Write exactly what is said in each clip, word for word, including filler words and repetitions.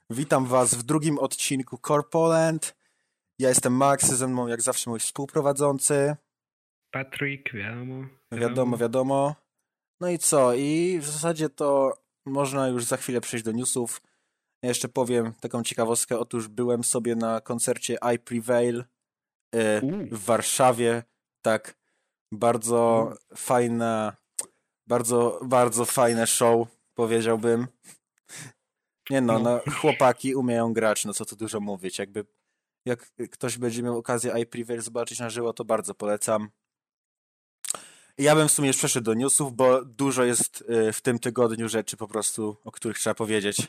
Witam was w drugim odcinku Core Poland. Ja jestem Max, ze mną jak zawsze mój współprowadzący. Patryk, wiadomo, wiadomo. Wiadomo, wiadomo. No i co? I w zasadzie to można już za chwilę przejść do newsów. Ja jeszcze powiem taką ciekawostkę. Otóż byłem sobie na koncercie I Prevail yy, w Warszawie. Tak, bardzo mm. fajna, bardzo, bardzo fajne show, powiedziałbym. Nie no, no, chłopaki umieją grać, no co tu dużo mówić. Jakby jak ktoś będzie miał okazję I Prevail zobaczyć na żywo, to bardzo polecam. Ja bym w sumie już przeszedł do newsów, bo dużo jest w tym tygodniu rzeczy po prostu, o których trzeba powiedzieć.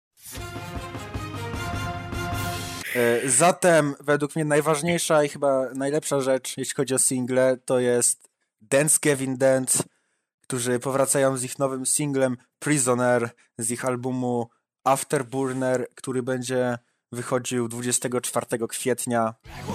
Zatem według mnie najważniejsza i chyba najlepsza rzecz, jeśli chodzi o single, to jest Dance Gavin Dance, którzy powracają z ich nowym singlem Prisoner, z ich albumu Afterburner, który będzie wychodził dwudziestego czwartego kwietnia.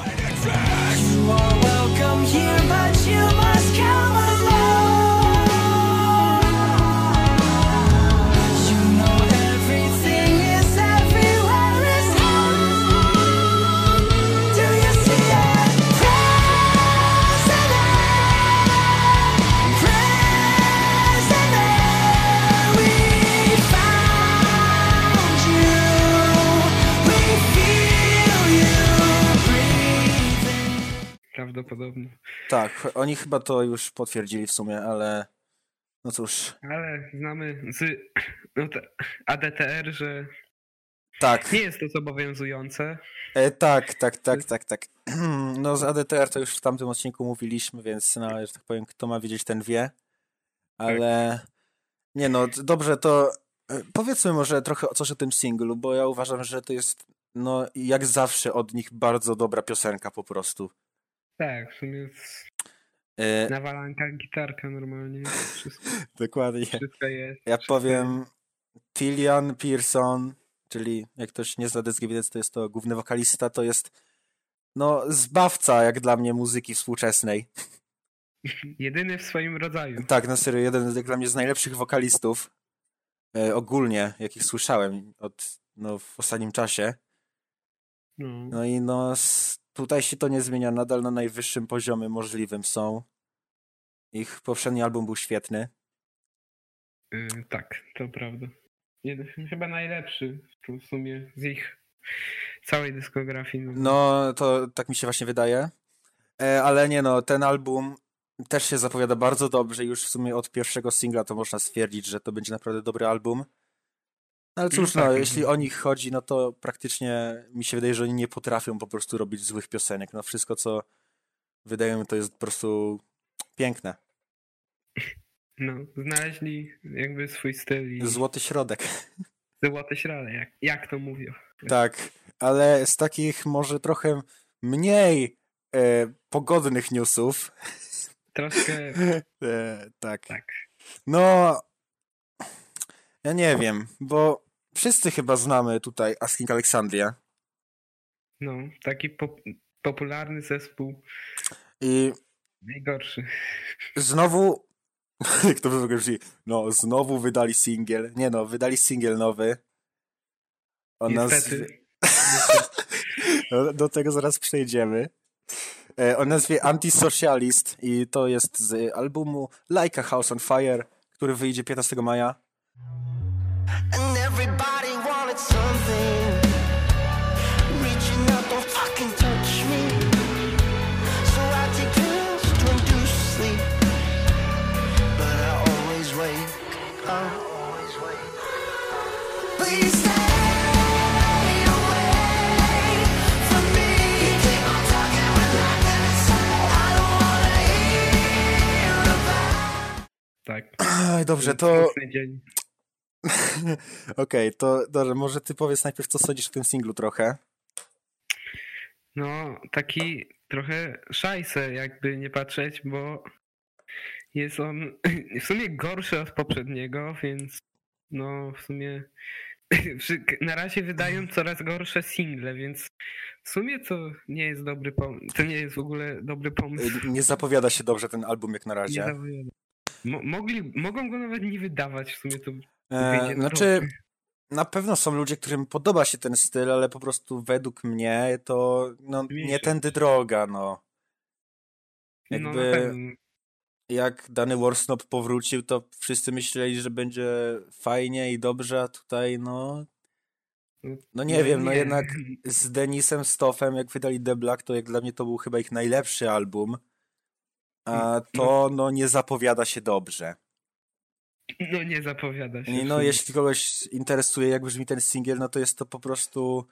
Prawdopodobnie. Tak, oni chyba to już potwierdzili w sumie, ale no cóż. Ale znamy z no A D T R, że tak. nie jest to zobowiązujące. E, tak, tak, tak, tak, tak. No z A D T R to już w tamtym odcinku mówiliśmy, więc no, że tak powiem, kto ma wiedzieć, ten wie. Ale tak. Nie no, dobrze, to powiedzmy może trochę coś o tym singlu, bo ja uważam, że to jest no jak zawsze od nich bardzo dobra piosenka po prostu. Tak, w sumie jest e... nawalanka, gitarka normalnie. Wszystko, dokładnie. Wszystko jest. Ja wszystko powiem jest. Tillian Pearson, czyli jak ktoś nie zna Dance Gavin Dance, to jest to główny wokalista, to jest no zbawca jak dla mnie muzyki współczesnej. Jedyny w swoim rodzaju. Tak, na serio, jeden jak dla mnie z najlepszych wokalistów e, ogólnie, jakich słyszałem od, no, w ostatnim czasie. No, no i no tutaj się to nie zmienia, nadal na najwyższym poziomie możliwym są. Ich poprzedni album był świetny. Yy, tak, to prawda. Jeden, chyba najlepszy w sumie z ich całej dyskografii. No, no to tak mi się właśnie wydaje. E, ale nie no, ten album też się zapowiada bardzo dobrze. Już w sumie od pierwszego singla to można stwierdzić, że to będzie naprawdę dobry album. Ale cóż, no, no tak, jeśli o nich chodzi, no to praktycznie mi się wydaje, że oni nie potrafią po prostu robić złych piosenek. No wszystko, co wydają mi, to jest po prostu piękne. No, znaleźli jakby swój styl i... Złoty środek. Złoty środek, jak, jak to mówią. Tak, ale z takich może trochę mniej e, pogodnych newsów. Troszkę... e, tak. tak. No, ja nie wiem, bo wszyscy chyba znamy tutaj Asking Alexandria. No, taki pop- popularny zespół. I najgorszy. Znowu, jak to by brzmi, no znowu wydali singiel. Nie no, wydali singiel nowy. O nazwie... Do tego zaraz przejdziemy. O nazwie Antisocialist i to jest z albumu Like a House on Fire, który wyjdzie piętnastego maja. And everybody wanted something. Reaching out, don't fucking touch me. So I take pills to induce sleep. But I always wake up. Please stay away from me. Keep on talking when I can say I don't wanna hear about. Tak. Aj, dobrze, to... Okej, okay, to dobrze, może ty powiedz najpierw, co sądzisz o tym singlu trochę. No, taki trochę szajse, jakby nie patrzeć, bo jest on w sumie gorszy od poprzedniego, więc no w sumie na razie wydają coraz gorsze single, więc w sumie to nie jest dobry pomysł. To nie jest w ogóle dobry pomysł. Nie zapowiada się dobrze ten album jak na razie. Nie zapowiada. Mo- mogli, mogą go nawet nie wydawać, w sumie to e, Znaczy, na pewno są ludzie, którym podoba się ten styl, ale po prostu według mnie to no, nie tędy droga, no. No na Jakby pewno. jak dany Warsnop powrócił, to wszyscy myśleli, że będzie fajnie i dobrze, a tutaj no... No nie No wiem, no nie. jednak z Denisem Stoffem, jak wydali The Black, to jak dla mnie to był chyba ich najlepszy album, a to no nie zapowiada się dobrze. No nie zapowiada się. I no jeśli kogoś interesuje, jak brzmi ten singiel, no to jest to po prostu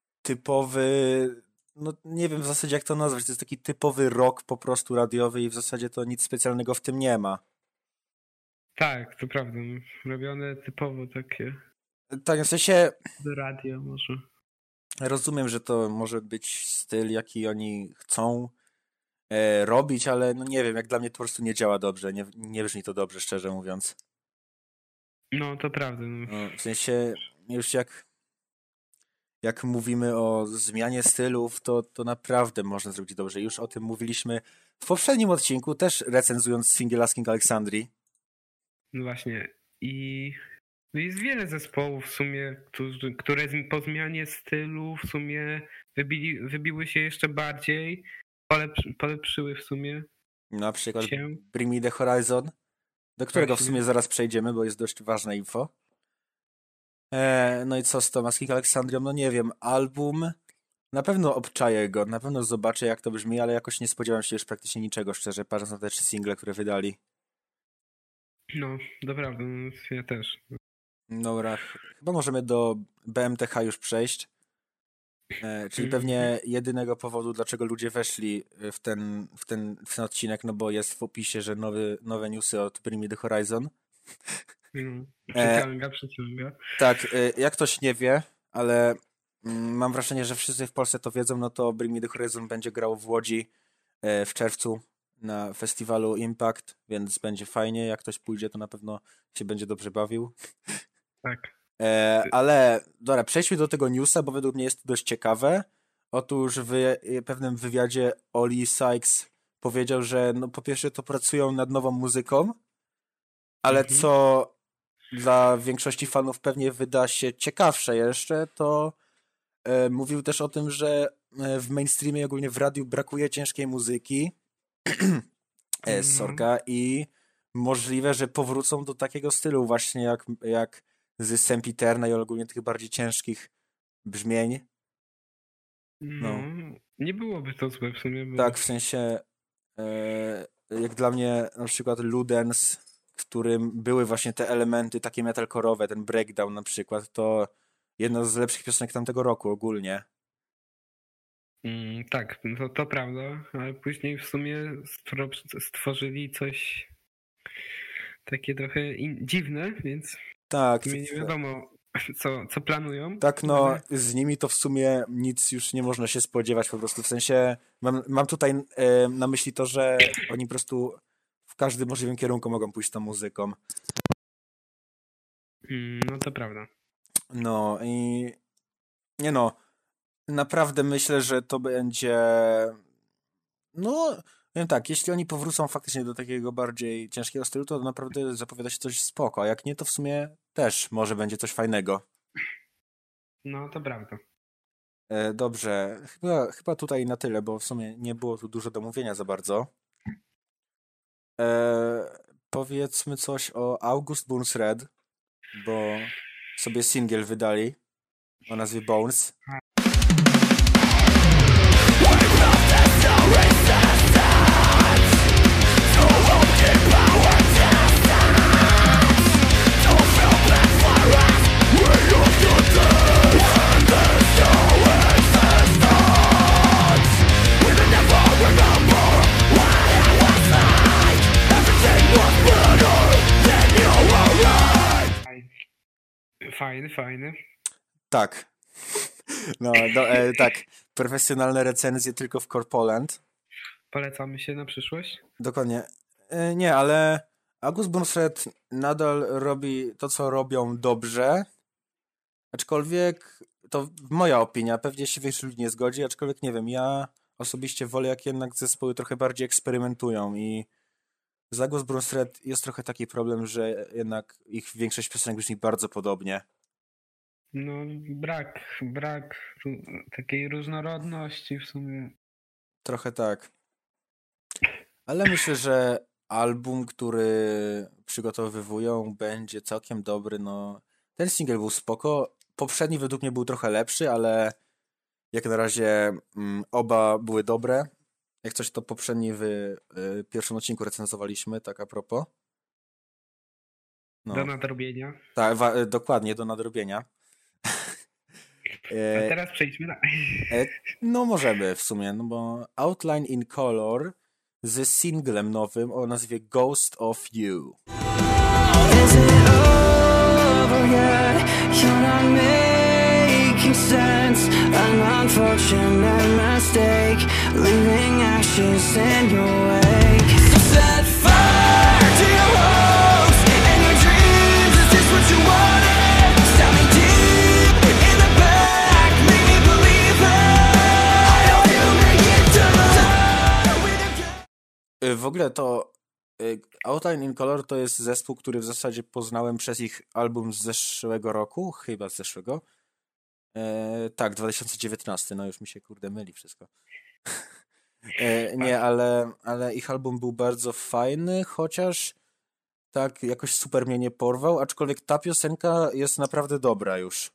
typowy, no nie wiem w zasadzie jak to nazwać, to jest taki typowy rock po prostu radiowy i w zasadzie to nic specjalnego w tym nie ma. Tak, to prawda. Robione typowo takie Tak, w sensie do radio może. rozumiem, że to może być styl, jaki oni chcą e, robić, ale no nie wiem, jak dla mnie to po prostu nie działa dobrze, nie, nie brzmi to dobrze, szczerze mówiąc. No to prawda. No. No, w sensie już jak jak mówimy o zmianie stylów, to, to naprawdę można zrobić dobrze. Już o tym mówiliśmy w poprzednim odcinku, też recenzując singiel Asking Alexandrii. No właśnie. I no jest wiele zespołów w sumie, którzy, które po zmianie stylu w sumie wybili, wybiły się jeszcze bardziej, polepszy, polepszyły w sumie Na przykład się. Bring Me The Horizon, do którego Właśnie. w sumie zaraz przejdziemy, bo jest dość ważne info. E, no i co z tą Asking Alexandrią? No nie wiem, album... Na pewno obczaję go, na pewno zobaczę jak to brzmi, ale jakoś nie spodziewam się już praktycznie niczego, szczerze, patrząc na te trzy single, które wydali. No, naprawdę, no, ja też. Dobra, chyba możemy do B M T H już przejść. E, czyli pewnie jedynego powodu, dlaczego ludzie weszli w ten, w ten, w ten odcinek, no bo jest w opisie, że nowy, nowe newsy od Bring Me The Horizon. No, przyciąga, e, przyciąga. Tak, e, jak ktoś nie wie, ale mm, mam wrażenie, że wszyscy w Polsce to wiedzą, no to Bring Me The Horizon będzie grał w Łodzi e, w czerwcu na festiwalu Impact, więc będzie fajnie. Jak ktoś pójdzie, to na pewno się będzie dobrze bawił. Tak. E, ale dobra, przejdźmy do tego newsa, bo według mnie jest to dość ciekawe. Otóż w pewnym wywiadzie Oli Sykes powiedział, że no po pierwsze to pracują nad nową muzyką, ale mhm. co dla większości fanów pewnie wyda się ciekawsze jeszcze, to e, mówił też o tym, że w mainstreamie ogólnie w radiu brakuje ciężkiej muzyki e, sorka i możliwe, że powrócą do takiego stylu właśnie jak, jak z Sempiterna i ogólnie tych bardziej ciężkich brzmień. No, no nie byłoby to złe w sumie. Bo... Tak, w sensie e, jak dla mnie na przykład Ludens, w którym były właśnie te elementy takie metalcore'owe, ten breakdown na przykład, to jedna z lepszych piosenek tamtego roku ogólnie. Mm, tak, to, to prawda, ale później w sumie stworzyli coś takie trochę in- dziwne, więc tak, w sumie nie wiadomo, co, co planują. Tak, no ale... z nimi to w sumie nic już nie można się spodziewać po prostu, w sensie mam, mam tutaj e, na myśli to, że oni po prostu w każdym możliwym kierunku mogą pójść z tą muzyką. Mm, no to prawda. No i nie no, naprawdę myślę, że to będzie no, wiem tak, jeśli oni powrócą faktycznie do takiego bardziej ciężkiego stylu, to naprawdę zapowiada się coś spoko, a jak nie, to w sumie też może będzie coś fajnego. No, to prawda. E, dobrze, chyba, chyba tutaj na tyle, bo w sumie nie było tu dużo do mówienia za bardzo. E, powiedzmy coś o August Burns Red, bo sobie singiel wydali o nazwie Bones. Fajny, fajny. Tak. No, do, e, tak. Profesjonalne recenzje tylko w Core Poland. Polecamy się na przyszłość? Dokładnie. E, nie, ale August Burns Red nadal robi to, co robią dobrze. Aczkolwiek to moja opinia. Pewnie się większość ludzi nie zgodzi, aczkolwiek nie wiem. Ja osobiście wolę, jak jednak zespoły trochę bardziej eksperymentują i z August Burns Red jest trochę taki problem, że jednak ich większość piosenek brzmi bardzo podobnie. No brak, brak ró- takiej różnorodności w sumie. Trochę tak. Ale myślę, że album, który przygotowywują, będzie całkiem dobry. No, ten singiel był spoko. Poprzedni według mnie był trochę lepszy, ale jak na razie mm, oba były dobre. Jak coś, to poprzedni w y, pierwszym odcinku recenzowaliśmy, tak a propos. Do No, nadrobienia. tak, wa- y, dokładnie, do nadrobienia. A E, teraz przejdźmy na... e, no możemy w sumie, no bo Outline in Color z singlem nowym o nazwie Ghost of You. Is it over yet? You're not making sense. An unfortunate mistake, leaving ashes in your wake. So set fire to your hopes and your dreams. Is this what you wanted? Stab me deep in the back, make me believe it. I hope you make it to the top with your Y, W ogóle to y, Outline in Color to jest zespół, który w zasadzie poznałem przez ich album z zeszłego roku, chyba z zeszłego. E, tak, dwa tysiące dziewiętnasty, no już mi się kurde myli wszystko. E, nie, ale, ale ich album był bardzo fajny, chociaż tak jakoś super mnie nie porwał, aczkolwiek ta piosenka jest naprawdę dobra już.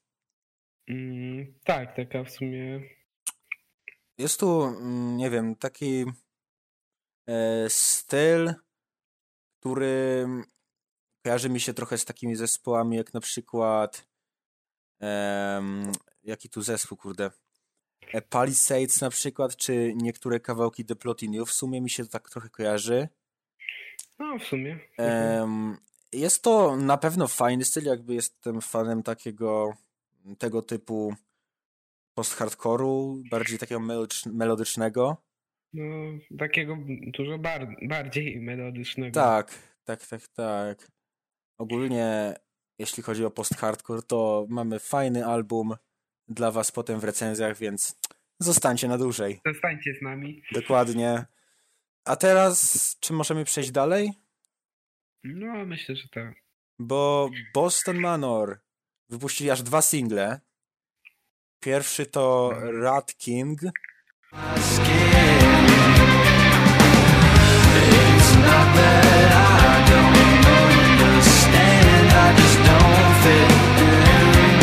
Mm, tak, taka w sumie... Jest tu, mm, nie wiem, taki e, styl, który kojarzy mi się trochę z takimi zespołami jak na przykład em, jaki tu zespół, kurde? E, Palisades na przykład, czy niektóre kawałki The Plotiniów. W sumie mi się to tak trochę kojarzy. No w sumie. Em, jest to na pewno fajny styl, jakby jestem fanem takiego tego typu post-hardcore'u, bardziej takiego melodycz- melodycznego. No takiego dużo bar- bardziej melodycznego. Tak, tak, tak, tak. Ogólnie, jeśli chodzi o post-hardcore, to mamy fajny album dla was potem w recenzjach, więc zostańcie na dłużej. Zostańcie z nami. Dokładnie. A teraz, czy możemy przejść dalej? No myślę, że tak. Bo Boston Manor wypuścili aż dwa single. Pierwszy to Rat King. skin. It's not that I don't understand, I just don't fit in.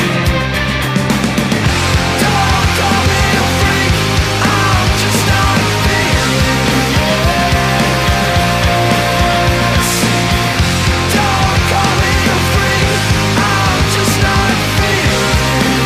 Don't call me a freak, I'm just not feeling this. Don't call me a freak, I'm just not feeling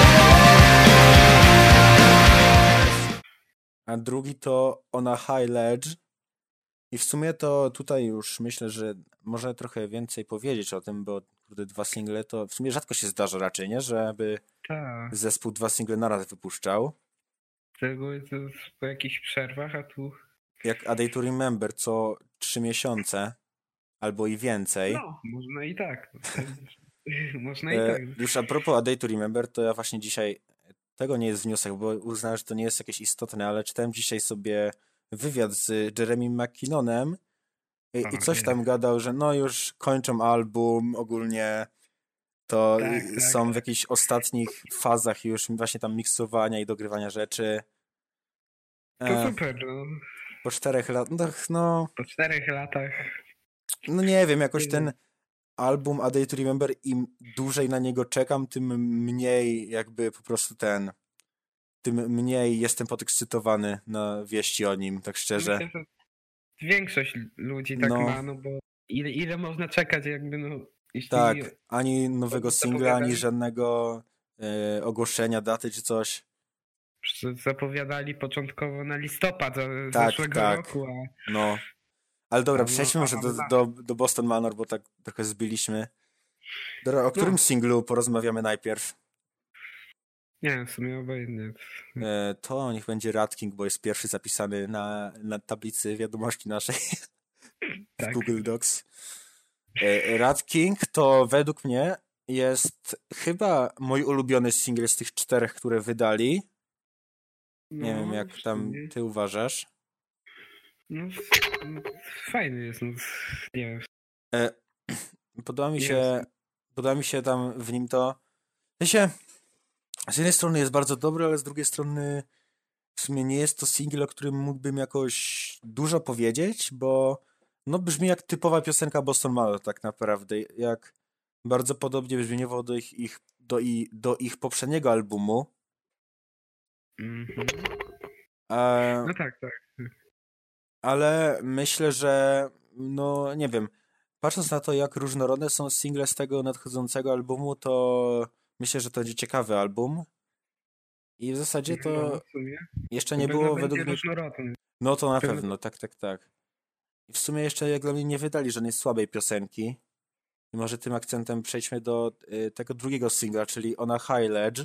this. A drugi to On a High Ledge. I w sumie to tutaj już myślę, że można trochę więcej powiedzieć o tym, bo kurde, dwa single to w sumie rzadko się zdarza raczej, nie? Żeby Tak. zespół dwa single naraz wypuszczał. Tego jest po jakichś przerwach, a tu... Jak A Day to Remember co trzy miesiące albo i więcej. No, można i tak. Można i E, tak. już a propos A Day to Remember, to ja właśnie dzisiaj, tego nie jest wniosek, bo uznałem, że to nie jest jakieś istotne, ale czytałem dzisiaj sobie wywiad z Jeremy McKinnonem i, i coś Okej. tam gadał, że no już kończą album, ogólnie to Tak, y, tak, są w tak. jakichś ostatnich fazach już właśnie tam miksowania i dogrywania rzeczy. To E, super, no. po czterech latach, no, Po czterech latach. no nie wiem, jakoś Nie ten wiem. album A Day to Remember, im dłużej na niego czekam, tym mniej jakby po prostu ten, tym mniej jestem podekscytowany na wieści o nim, tak szczerze. Myślę, że większość ludzi tak No. ma, no bo ile, ile można czekać, jakby no. Jeśli Tak, ani nowego Oni singla, ani zapowiadali. żadnego e, ogłoszenia, daty czy coś. zapowiadali początkowo na listopad za- Tak, zeszłego tak. roku, a No, ale dobra, A no, przejdźmy a może do, mamy do, do Boston Manor, bo tak trochę zbiliśmy. Dobra, o którym No. singlu porozmawiamy najpierw? nie wiem, w sumie obojętnie. E, to niech będzie Rat King, bo jest pierwszy zapisany na, na tablicy wiadomości naszej w Tak. Google Docs. E, Rat King to według mnie jest chyba mój ulubiony singiel z tych czterech, które wydali. Nie No, wiem, jak w tam sumie. ty uważasz. No, no, fajny jest, no, nie wiem. E, podoba mi się, Jest. podoba mi się tam w nim to. W sensie, z jednej strony jest bardzo dobry, ale z drugiej strony w sumie nie jest to singiel, o którym mógłbym jakoś dużo powiedzieć, bo no brzmi jak typowa piosenka Boston Manor tak naprawdę, jak bardzo podobnie brzmieniowo do ich, ich, do, i, do ich poprzedniego albumu. Mhm. E, No tak, tak. ale myślę, że no nie wiem, patrząc na to, jak różnorodne są single z tego nadchodzącego albumu, to myślę, że to będzie ciekawy album. I w zasadzie to No, w sumie. jeszcze Na nie pewno było będzie według mnie... różnorodny. No to na Pewno- pewno, tak, tak, tak. I w sumie jeszcze jak dla mnie nie wydali żadnej słabej piosenki. I może tym akcentem przejdźmy do y, tego drugiego singla, czyli On a High Ledge.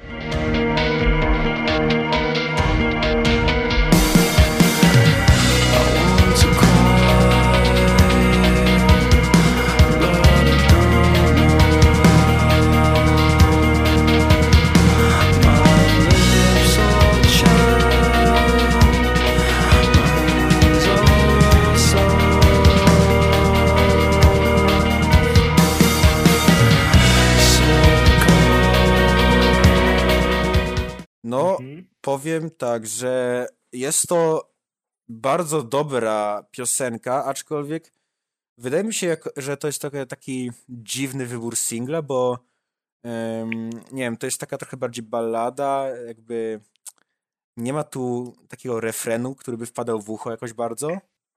No, Mhm. powiem tak, że jest to bardzo dobra piosenka, aczkolwiek wydaje mi się, jak, że to jest trochę taki dziwny wybór singla, bo em, nie wiem, to jest taka trochę bardziej ballada, jakby nie ma tu takiego refrenu, który by wpadał w ucho jakoś bardzo.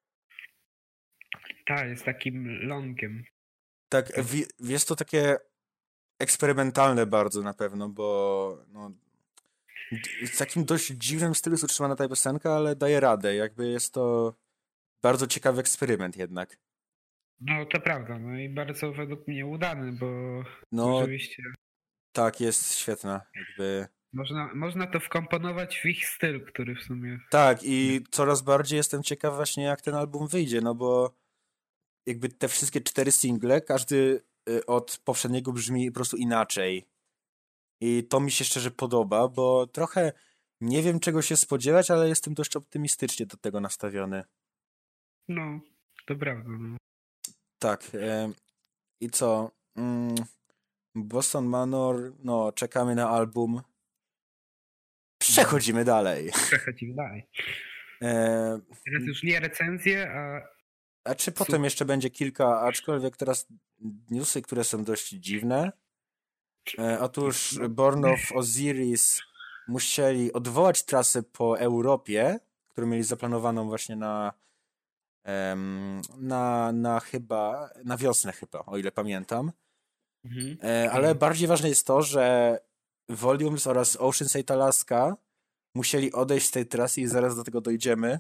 Tak, jest takim longiem. Tak, wi- jest to takie eksperymentalne bardzo na pewno, bo no, d- w takim dość dziwnym stylu jest utrzymana ta piosenka, ale daje radę. Jakby jest to bardzo ciekawy eksperyment jednak. No to prawda, no i bardzo według mnie udany, bo No rzeczywiście tak, jest świetna. Jakby... można, można to wkomponować w ich styl, który w sumie... Tak, i coraz bardziej jestem ciekaw właśnie jak ten album wyjdzie, no bo jakby te wszystkie cztery single, każdy y, od poprzedniego brzmi po prostu inaczej. I to mi się szczerze podoba, bo trochę nie wiem czego się spodziewać, ale jestem dość optymistycznie do tego nastawiony. No, to prawda, no. Tak. E, I co? Mm, Boston Manor, no czekamy na album. Przechodzimy dalej. Przechodzimy dalej. E, Teraz już nie recenzje, a a czy potem jeszcze będzie kilka, aczkolwiek teraz newsy, które są dość dziwne. E, otóż Born of Osiris musieli odwołać trasę po Europie, którą mieli zaplanowaną właśnie na em, na, na chyba, na wiosnę chyba, o ile pamiętam. mhm. E, ale bardziej ważne jest to, że Volumes oraz Oceanside Alaska musieli odejść z tej trasy i zaraz do tego dojdziemy.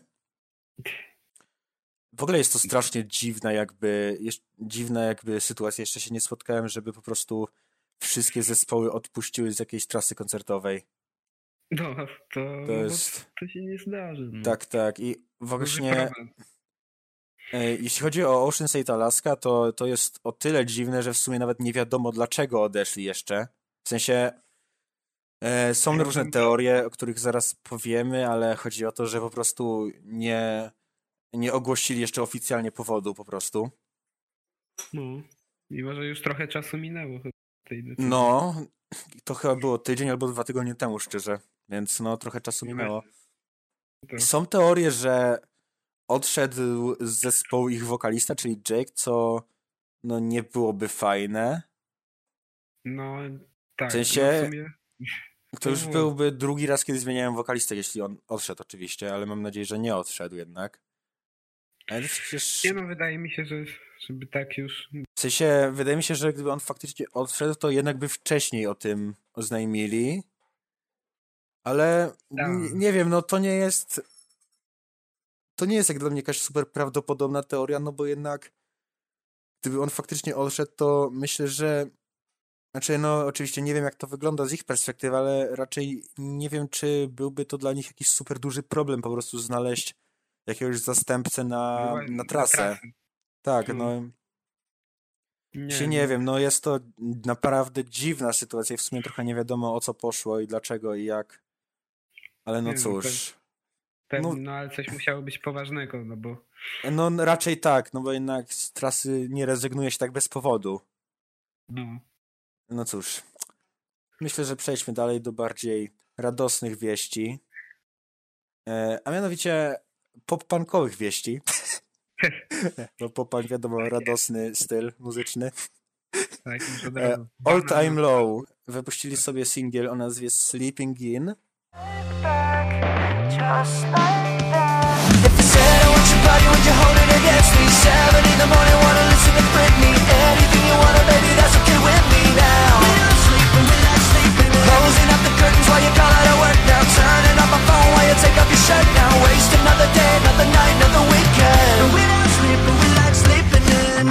W ogóle jest to strasznie dziwna jakby, jeszcze, dziwna jakby sytuacja. Jeszcze się nie spotkałem, żeby po prostu wszystkie zespoły odpuściły z jakiejś trasy koncertowej. No, to, To no, jest... bo to się nie zdarzy. No. Tak, tak. I Duży właśnie problem. e, jeśli chodzi o Oceanside Alaska, to, to jest o tyle dziwne, że w sumie nawet nie wiadomo dlaczego odeszli jeszcze. W sensie e, są Problem- różne teorie, o których zaraz powiemy, ale chodzi o to, że po prostu nie, nie ogłosili jeszcze oficjalnie powodu po prostu. No, mimo że już trochę czasu minęło chyba tej decyzji. No, to chyba było tydzień albo dwa tygodnie temu, szczerze. Więc no, trochę czasu minęło. To, Są teorie, że odszedł z zespołu ich wokalista, czyli Jake, co no nie byłoby fajne. no, tak. W sensie, no w sumie, to już było. byłby drugi raz, kiedy zmieniałem wokalistę, jeśli on odszedł oczywiście, ale mam nadzieję, że nie odszedł jednak. Ale przecież... Nie no, wydaje mi się, że żeby tak już... W sensie, wydaje mi się, że gdyby on faktycznie odszedł, to jednak by wcześniej o tym oznajmili. Ale Tak. n- nie wiem, no to nie jest... To nie jest jak dla mnie jakaś super prawdopodobna teoria, no bo jednak gdyby on faktycznie odszedł, to myślę, że znaczy, no oczywiście nie wiem jak to wygląda z ich perspektywy, ale raczej nie wiem, czy byłby to dla nich jakiś super duży problem po prostu znaleźć jakiegoś zastępcę na, Była- na trasę. trasy. Tak, No. no Nie, się nie no, wiem, no jest to naprawdę dziwna sytuacja i w sumie trochę nie wiadomo o co poszło i dlaczego i jak. Ale no Nie, no, cóż. Pewnie, no- no ale coś musiało być poważnego, no bo... No raczej tak, no bo jednak z trasy nie rezygnuje się tak bez powodu. No. No cóż. myślę, że przejdźmy dalej do bardziej radosnych wieści. E, a mianowicie pop-punkowych wieści. Bo pop-punk, wiadomo, radosny styl muzyczny. Tak, już od E, razu. All Time Low wypuścili sobie singiel o nazwie Sleeping In. Just like that. If you said I want your body, would you hold it against me? Seven in the morning, wanna listen to Britney. Anything you wanna, baby, that's okay with me now. Without sleeping, without sleeping. Closing up the curtains while you call out of work now. Turning off my phone while you take off your shirt now. Waste another day, another night, another weekend. Without sleeping, without sleeping in.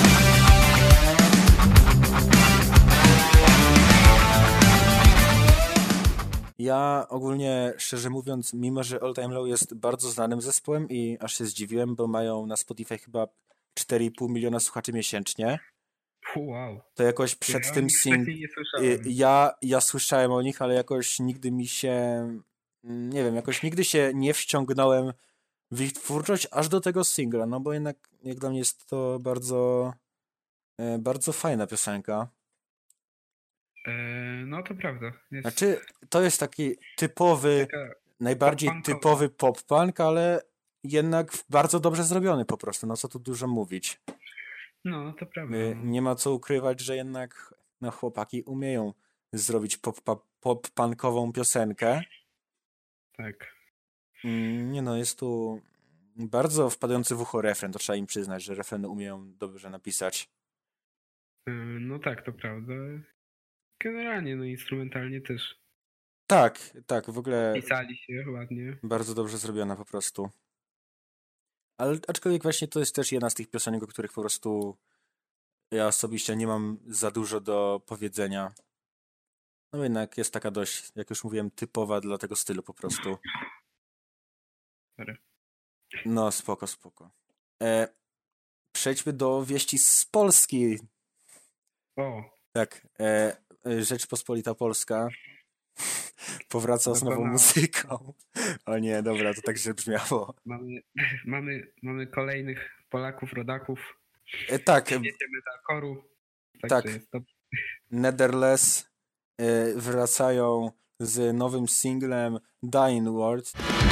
Ja ogólnie, szczerze mówiąc, mimo że All Time Low jest bardzo znanym zespołem i aż się zdziwiłem, bo mają na Spotify chyba cztery i pół miliona słuchaczy miesięcznie, Wow. to jakoś przed Ja tym ich sing... wcześniej nie słyszałem. Ja, ja słyszałem o nich, ale jakoś nigdy mi się, nie wiem, jakoś nigdy się nie wciągnąłem w ich twórczość aż do tego singla, no bo jednak jak dla mnie jest to bardzo, e, bardzo fajna piosenka. E, no to prawda. Jest Znaczy, to jest taki typowy, taka najbardziej pop-punkowa. typowy pop-punk, ale jednak bardzo dobrze zrobiony po prostu, no co tu dużo mówić. No, to prawda. Y, Nie ma co ukrywać, że jednak no, chłopaki umieją zrobić pop- pop-punkową piosenkę. Tak. Mm, Nie no, jest tu bardzo wpadający w ucho refren, to trzeba im przyznać, że refreny umieją dobrze napisać. E, no tak, to prawda. Generalnie, no instrumentalnie też Tak, tak, w ogóle pisali się ładnie. bardzo dobrze zrobiona po prostu. Ale aczkolwiek właśnie to jest też jedna z tych piosenek, o których po prostu ja osobiście nie mam za dużo do powiedzenia. No jednak jest taka dość, jak już mówiłem, typowa dla tego stylu po prostu. Sorry. No, spoko, spoko. E, przejdźmy do wieści z Polski. O, Tak, e, e, Rzeczpospolita Polska powraca z nową Dokonała. muzyką. O nie, dobra, to tak źle brzmiało. mamy, mamy, mamy kolejnych Polaków, rodaków E, tak, w świecie metalcore'u. Tak. Także jest to Netherless e, wracają z nowym singlem Dying World.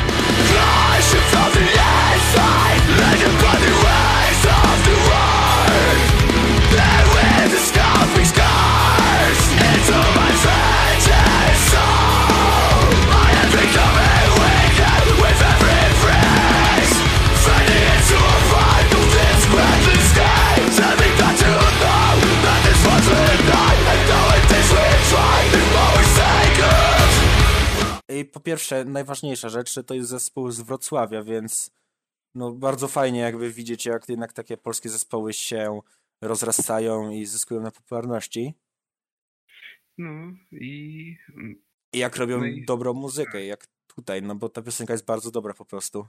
I po pierwsze, najważniejsza rzecz, że to jest zespół z Wrocławia, więc no bardzo fajnie jakby widzieć, jak jednak takie polskie zespoły się rozrastają i zyskują na popularności. no i I jak robią No i- dobrą muzykę, jak tutaj, no bo ta piosenka jest bardzo dobra po prostu.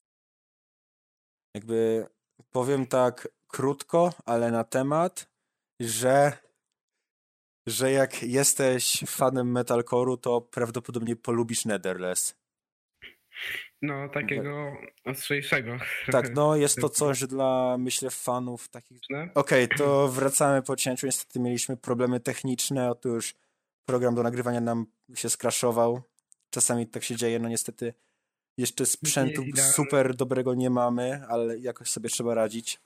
Jakby powiem tak krótko, ale na temat, że że jak jesteś fanem metalcore'u, to prawdopodobnie polubisz Netherless. no takiego ostrzejszego. Tak, no jest to coś dla, myślę, fanów takich... No, Okej, to wracamy po cięciu. Niestety mieliśmy problemy techniczne. Otóż program do nagrywania nam się skraszował. Czasami tak się dzieje. No niestety jeszcze sprzętu jest idealne. super dobrego nie mamy, ale jakoś sobie trzeba radzić.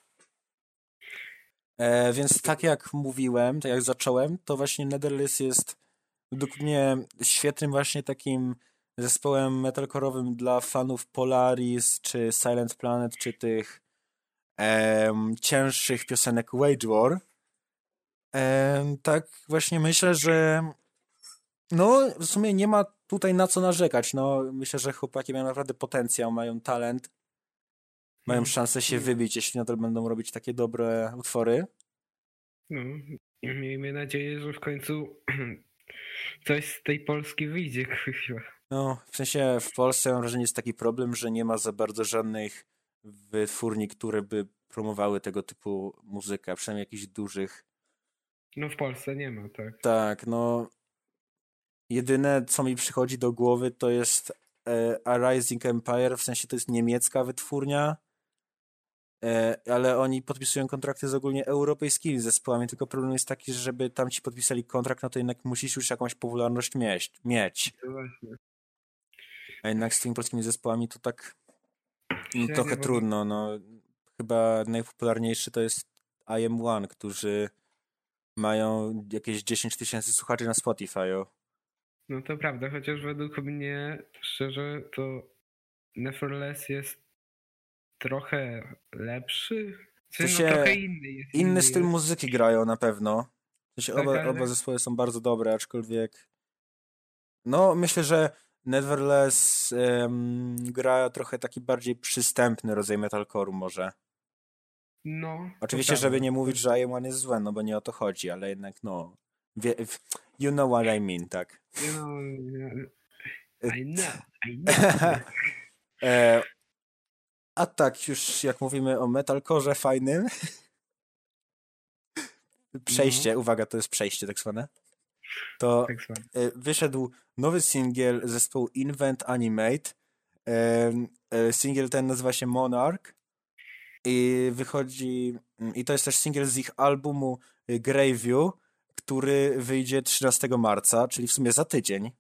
E, więc tak jak mówiłem, tak jak zacząłem, to właśnie Netherless jest według mnie świetnym właśnie takim zespołem metalcore'owym dla fanów Polaris, czy Silent Planet, czy tych em, cięższych piosenek Wage War. Em, tak właśnie myślę, że no w sumie nie ma tutaj na co narzekać. No myślę, że chłopaki mają naprawdę potencjał, mają talent, mają szansę się wybić, jeśli nadal będą robić takie dobre utwory. no, miejmy nadzieję, że w końcu coś z tej Polski wyjdzie, kurwa. No, w sensie w Polsce mam wrażenie, jest taki problem, że nie ma za bardzo żadnych wytwórni, które by promowały tego typu muzykę, przynajmniej jakichś dużych. No w Polsce nie ma, tak. Tak, no jedyne co mi przychodzi do głowy to jest e, A Rising Empire, w sensie to jest niemiecka wytwórnia, e, ale oni podpisują kontrakty z ogólnie europejskimi zespołami, tylko problem jest taki, że żeby tam ci podpisali kontrakt, no to jednak musisz już jakąś popularność mieć. mieć. No właśnie. A jednak z tymi polskimi zespołami to tak no, Średnio, trochę bo- trudno, no. Chyba najpopularniejszy to jest I Am One, którzy mają jakieś dziesięć tysięcy słuchaczy na Spotify. No to prawda, chociaż według mnie, szczerze, to Nevertheless jest trochę lepszy. W sensie, sensie no, trochę inny jest. Inny styl jest. muzyki grają na pewno. W sensie Tak, oba, ale- oba zespoły są bardzo dobre, aczkolwiek no myślę, że Nevertheless em, gra trochę taki bardziej przystępny rodzaj metalcore'u może. No. to Oczywiście, prawda. żeby nie mówić, że I Am One jest złe, no bo nie o to chodzi, ale jednak no wie, you know what I mean, tak. You know, I know, I know. E, a tak, już jak mówimy o metalcore fajnym, przejście, uwaga, to jest przejście tak zwane, to Tak zwane. e, wyszedł nowy singiel zespołu Invent Animate. E, e, singiel ten nazywa się Monarch i wychodzi, i to jest też singiel z ich albumu e, Greyview, który wyjdzie trzynastego marca, czyli w sumie za tydzień.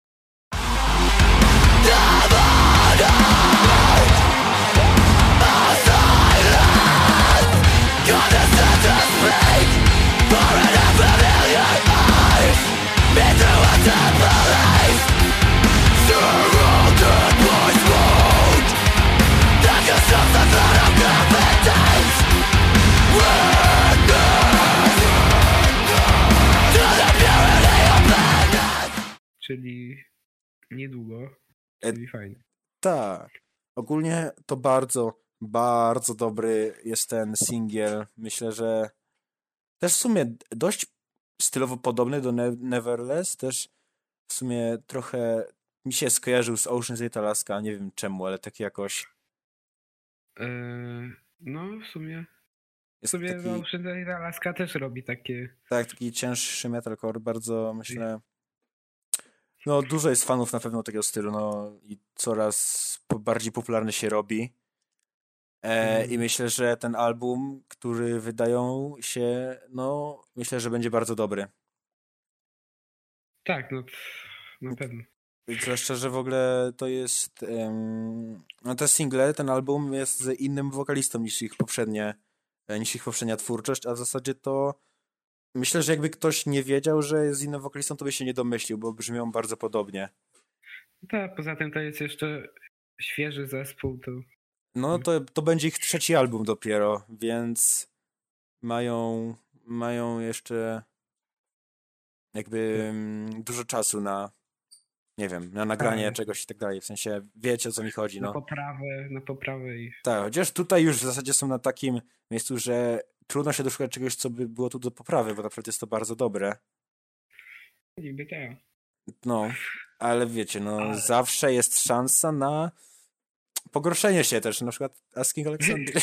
Czyli niedługo. E, Czyli fajnie. Tak. Ogólnie to bardzo, bardzo dobry jest ten singiel. Myślę, że też w sumie dość stylowo podobny do ne- Nevertheless. Też w sumie trochę mi się skojarzył z Ocean's Eight Alaska. Nie wiem czemu, ale tak jakoś Eee, no w sumie. W jest sumie taki, Ocean's Eight Alaska też robi takie. tak, taki cięższy metalcore. Bardzo myślę... No dużo jest fanów na pewno tego stylu, no i coraz po- bardziej popularny się robi. E, Mhm. I myślę, że ten album, który wydają się, no myślę, że będzie bardzo dobry. Tak, no na pewno. Zwłaszcza, że w ogóle to jest em, no te single, ten album jest z innym wokalistą niż ich poprzednie, e, niż ich poprzednia twórczość, a w zasadzie to myślę, że jakby ktoś nie wiedział, że jest z innym wokalistą, to by się nie domyślił, bo brzmią bardzo podobnie. Tak, poza tym to jest jeszcze świeży zespół, to No to, to będzie ich trzeci album dopiero, więc mają, mają jeszcze jakby mm, dużo czasu na, nie wiem, na nagranie Tak. czegoś i tak dalej. W sensie wiecie, o co mi chodzi, na no. poprawę, na poprawę i Tak, chociaż tutaj już w zasadzie są na takim miejscu, że trudno się doszukać czegoś, co by było tu do poprawy, bo naprawdę jest to bardzo dobre. niby tak. No, ale wiecie, no Ale- zawsze jest szansa na pogorszenie się też, na przykład Asking Alexander.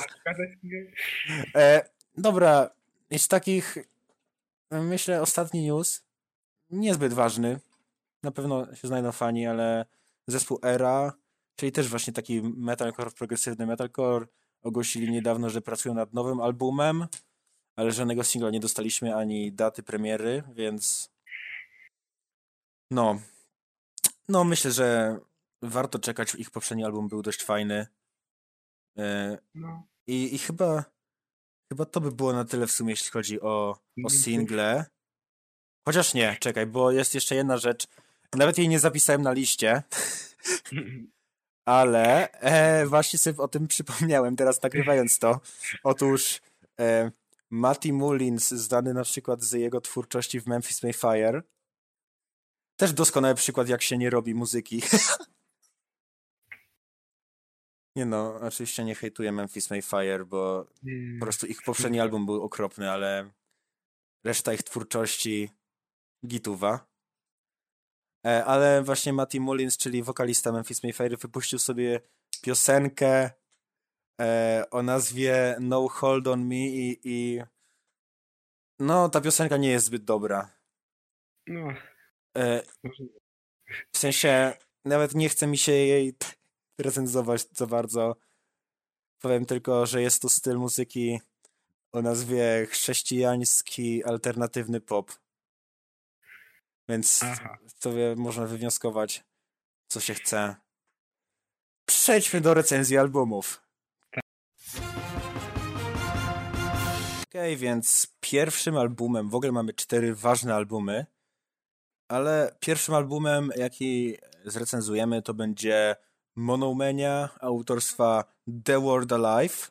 E, dobra, i z takich, myślę, ostatni news, niezbyt ważny, na pewno się znajdą fani, ale zespół Era, czyli też właśnie taki metalcore, progresywny metalcore, ogłosili niedawno, że pracują nad nowym albumem, ale żadnego singla nie dostaliśmy, ani daty premiery, więc no, no myślę, że warto czekać, ich poprzedni album był dość fajny. E, No, I, I chyba chyba to by było na tyle w sumie, jeśli chodzi o, o Newsów. single. Chociaż nie, czekaj, bo jest jeszcze jedna rzecz. Nawet jej nie zapisałem na liście, ale e, właśnie sobie o tym przypomniałem teraz nagrywając to. Otóż e, Matty Mullins, znany na przykład z jego twórczości w Memphis Mayfire, też doskonały przykład, jak się nie robi muzyki. Nie no, oczywiście nie hejtuję Memphis Mayfire, bo po prostu ich poprzedni album był okropny, ale reszta ich twórczości gituwa. E, ale właśnie Matty Mullins, czyli wokalista Memphis Mayfire, wypuścił sobie piosenkę e, o nazwie No Hold On Me i, i no ta piosenka nie jest zbyt dobra. no, E, może w sensie nawet nie chce mi się jej recenzować za bardzo. Powiem tylko, że jest to styl muzyki o nazwie chrześcijański alternatywny pop. Więc Aha. sobie można wywnioskować, co się chce. Przejdźmy do recenzji albumów. Okej, okay, więc pierwszym albumem, w ogóle mamy cztery ważne albumy, ale pierwszym albumem, jaki zrecenzujemy, to będzie Monomania autorstwa The Word Alive.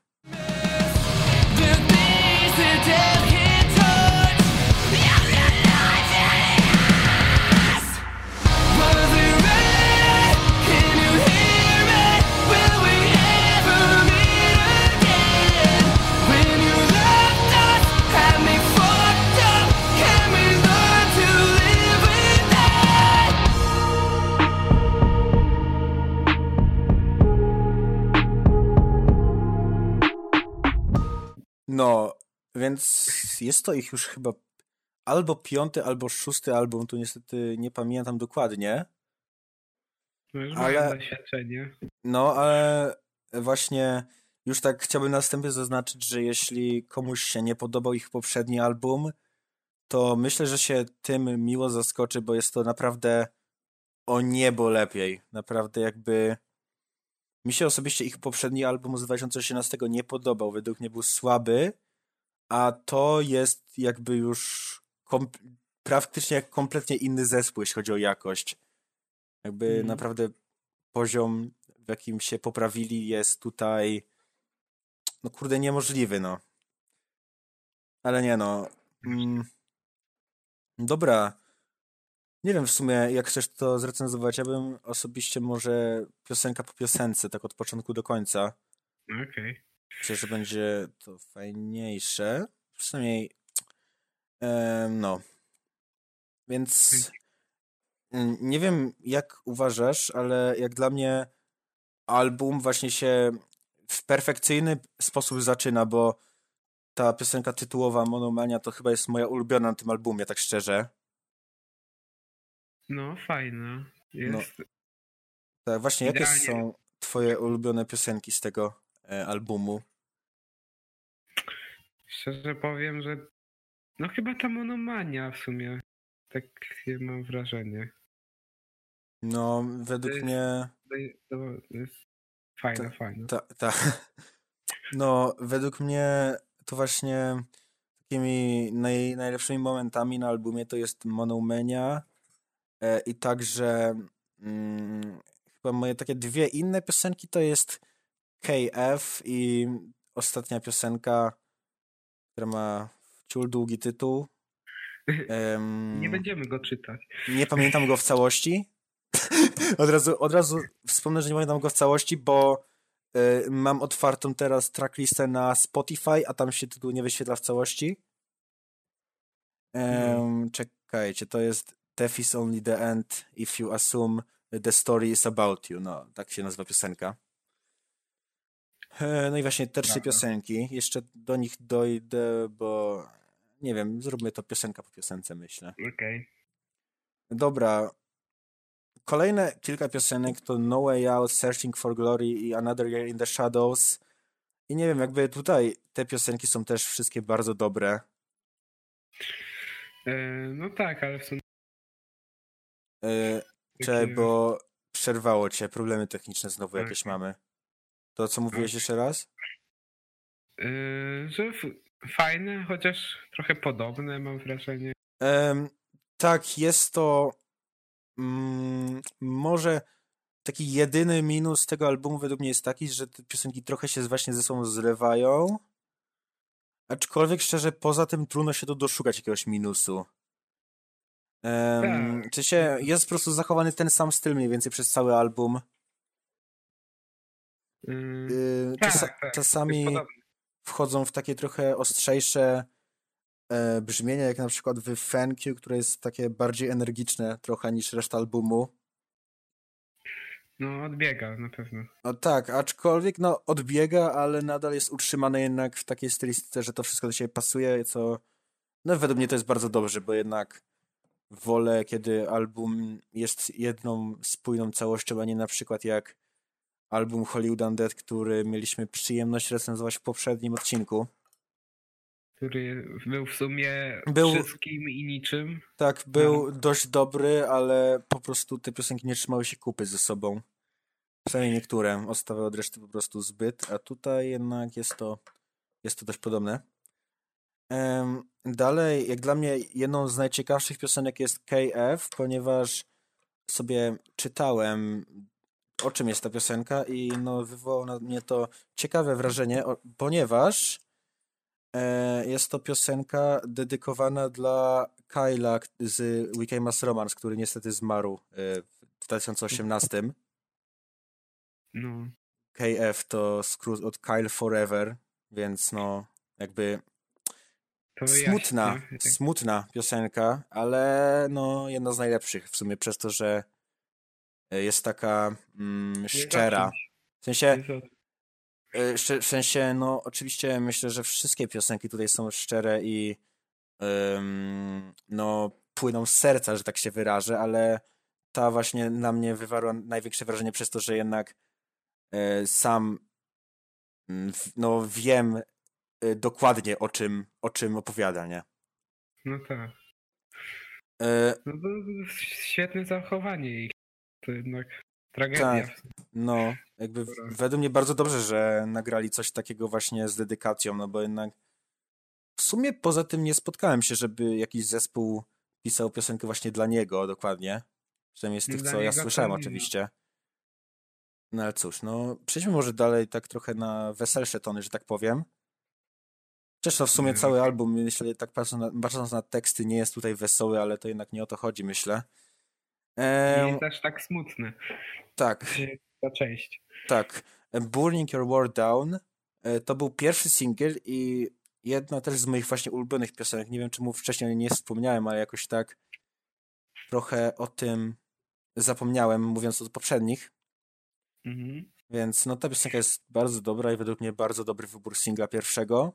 No, więc jest to ich już chyba albo piąty, albo szósty album, tu niestety nie pamiętam dokładnie. No już ale, mają doświadczenie. No, ale właśnie już tak chciałbym na wstępie zaznaczyć, że jeśli komuś się nie podobał ich poprzedni album, to myślę, że się tym miło zaskoczy, bo jest to naprawdę o niebo lepiej. Naprawdę jakby... Mi się osobiście ich poprzedni album z dwa tysiące osiemnastego nie podobał. Według mnie był słaby, a to jest jakby już komp- praktycznie jak kompletnie inny zespół, jeśli chodzi o jakość. Jakby mm. naprawdę poziom, w jakim się poprawili, jest tutaj no kurde niemożliwy, no. Ale nie no. Mm. Dobra. Nie wiem w sumie, jak chcesz to zrecenzować. Ja bym osobiście może piosenka po piosence, tak od początku do końca. Okej. Okay. Myślę, że będzie to fajniejsze. Przynajmniej e, no. Więc nie wiem, jak uważasz, ale jak dla mnie album właśnie się w perfekcyjny sposób zaczyna, bo ta piosenka tytułowa Monomania to chyba jest moja ulubiona na tym albumie, tak szczerze. No, fajna. Jest. No, tak, właśnie, idealnie. Jakie są twoje ulubione piosenki z tego e, albumu? Szczerze powiem, że no chyba ta Monomania w sumie. Tak mam wrażenie. No, według to jest, mnie... To jest fajna, ta, fajna. Tak, ta. No, według mnie to właśnie takimi naj, najlepszymi momentami na albumie to jest Monomania e, i także mm, chyba moje takie dwie inne piosenki to jest K F i ostatnia piosenka, która ma wciul długi tytuł. Um, nie będziemy go czytać. Nie pamiętam go w całości. od, razu, od razu wspomnę, że nie pamiętam go w całości, bo y, mam otwartą teraz tracklistę na Spotify, a tam się tytuł nie wyświetla w całości. Um, hmm. Czekajcie, to jest Death is only the end if you assume the story is about you. No, tak się nazywa piosenka. No i właśnie te trzy piosenki. Jeszcze do nich dojdę, bo nie wiem, zróbmy to piosenka po piosence, myślę. Okej. Okay. Dobra. Kolejne kilka piosenek to No Way Out, Searching for Glory i Another Year in the Shadows. I nie wiem, jakby tutaj te piosenki są też wszystkie bardzo dobre. E, no tak, ale w sumie... E, Czekaj, bo przerwało cię. Problemy techniczne znowu jakieś okay. mamy. To co mówiłeś okay. jeszcze raz? Yy, że f- fajne, chociaż trochę podobne mam wrażenie. Um, tak, jest to mm, może taki jedyny minus tego albumu według mnie jest taki, że te piosenki trochę się właśnie ze sobą zlewają. Aczkolwiek szczerze, poza tym trudno się tu doszukać jakiegoś minusu. Um, tak. Czy się jest po prostu zachowany ten sam styl mniej więcej przez cały album. Mm, yy, tak, czas, tak, czasami wchodzą w takie trochę ostrzejsze e, brzmienia, jak na przykład w Thank You, które jest takie bardziej energiczne trochę niż reszta albumu. No, odbiega na pewno. No tak, aczkolwiek no odbiega, ale nadal jest utrzymane jednak w takiej stylistyce, że to wszystko do siebie pasuje, co no według mnie to jest bardzo dobrze, bo jednak wolę, kiedy album jest jedną spójną całością, a nie na przykład jak album Hollywood Undead, który mieliśmy przyjemność recenzować w poprzednim odcinku. Który był w sumie Był- wszystkim i niczym. Tak, był dość dobry, ale po prostu te piosenki nie trzymały się kupy ze sobą. Przynajmniej niektóre odstawały od reszty po prostu zbyt, a tutaj jednak jest to, jest to dość podobne. Em, dalej, jak dla mnie jedną z najciekawszych piosenek jest K F, ponieważ sobie czytałem, o czym jest ta piosenka i no wywołało na mnie to ciekawe wrażenie, o, ponieważ e, jest to piosenka dedykowana dla Kyla k- z We Came As Romance, który niestety zmarł e, w dwa tysiące osiemnastym. No. K F to skrót od Kyle Forever, więc no jakby To smutna, jaśnie, tak. smutna piosenka, ale no jedna z najlepszych w sumie przez to, że jest taka mm, szczera. W sensie, Jest o- e, szczer- w sensie, no oczywiście myślę, że wszystkie piosenki tutaj są szczere i em, no płyną z serca, że tak się wyrażę, ale ta właśnie na mnie wywarła największe wrażenie przez to, że jednak e, sam mm, w- no wiem e, dokładnie o czym, o czym opowiada, nie? No tak. E, No to świetne zachowanie ich. To jednak tragedia. Tak. No, jakby w- według mnie bardzo dobrze, że nagrali coś takiego właśnie z dedykacją, no bo jednak w sumie poza tym nie spotkałem się, żeby jakiś zespół pisał piosenkę właśnie dla niego dokładnie. Przynajmniej z tych, Dla co ja niego słyszałem to nie. oczywiście. No ale cóż, no przejdźmy może dalej tak trochę na weselsze tony, że tak powiem. Chociaż no w sumie Nie. cały album, myślę, tak patrząc na, patrząc na teksty, nie jest tutaj wesoły, ale to jednak nie o to chodzi, myślę. Nie Ehm, jest aż tak smutne. tak. Ta część. Tak, Burning Your World Down e, to był pierwszy singiel i jedna też z moich właśnie ulubionych piosenek. Nie wiem, czemu wcześniej nie wspomniałem, ale jakoś tak trochę o tym zapomniałem, mówiąc o poprzednich. Mhm. Więc no ta piosenka jest bardzo dobra i według mnie bardzo dobry wybór singla pierwszego.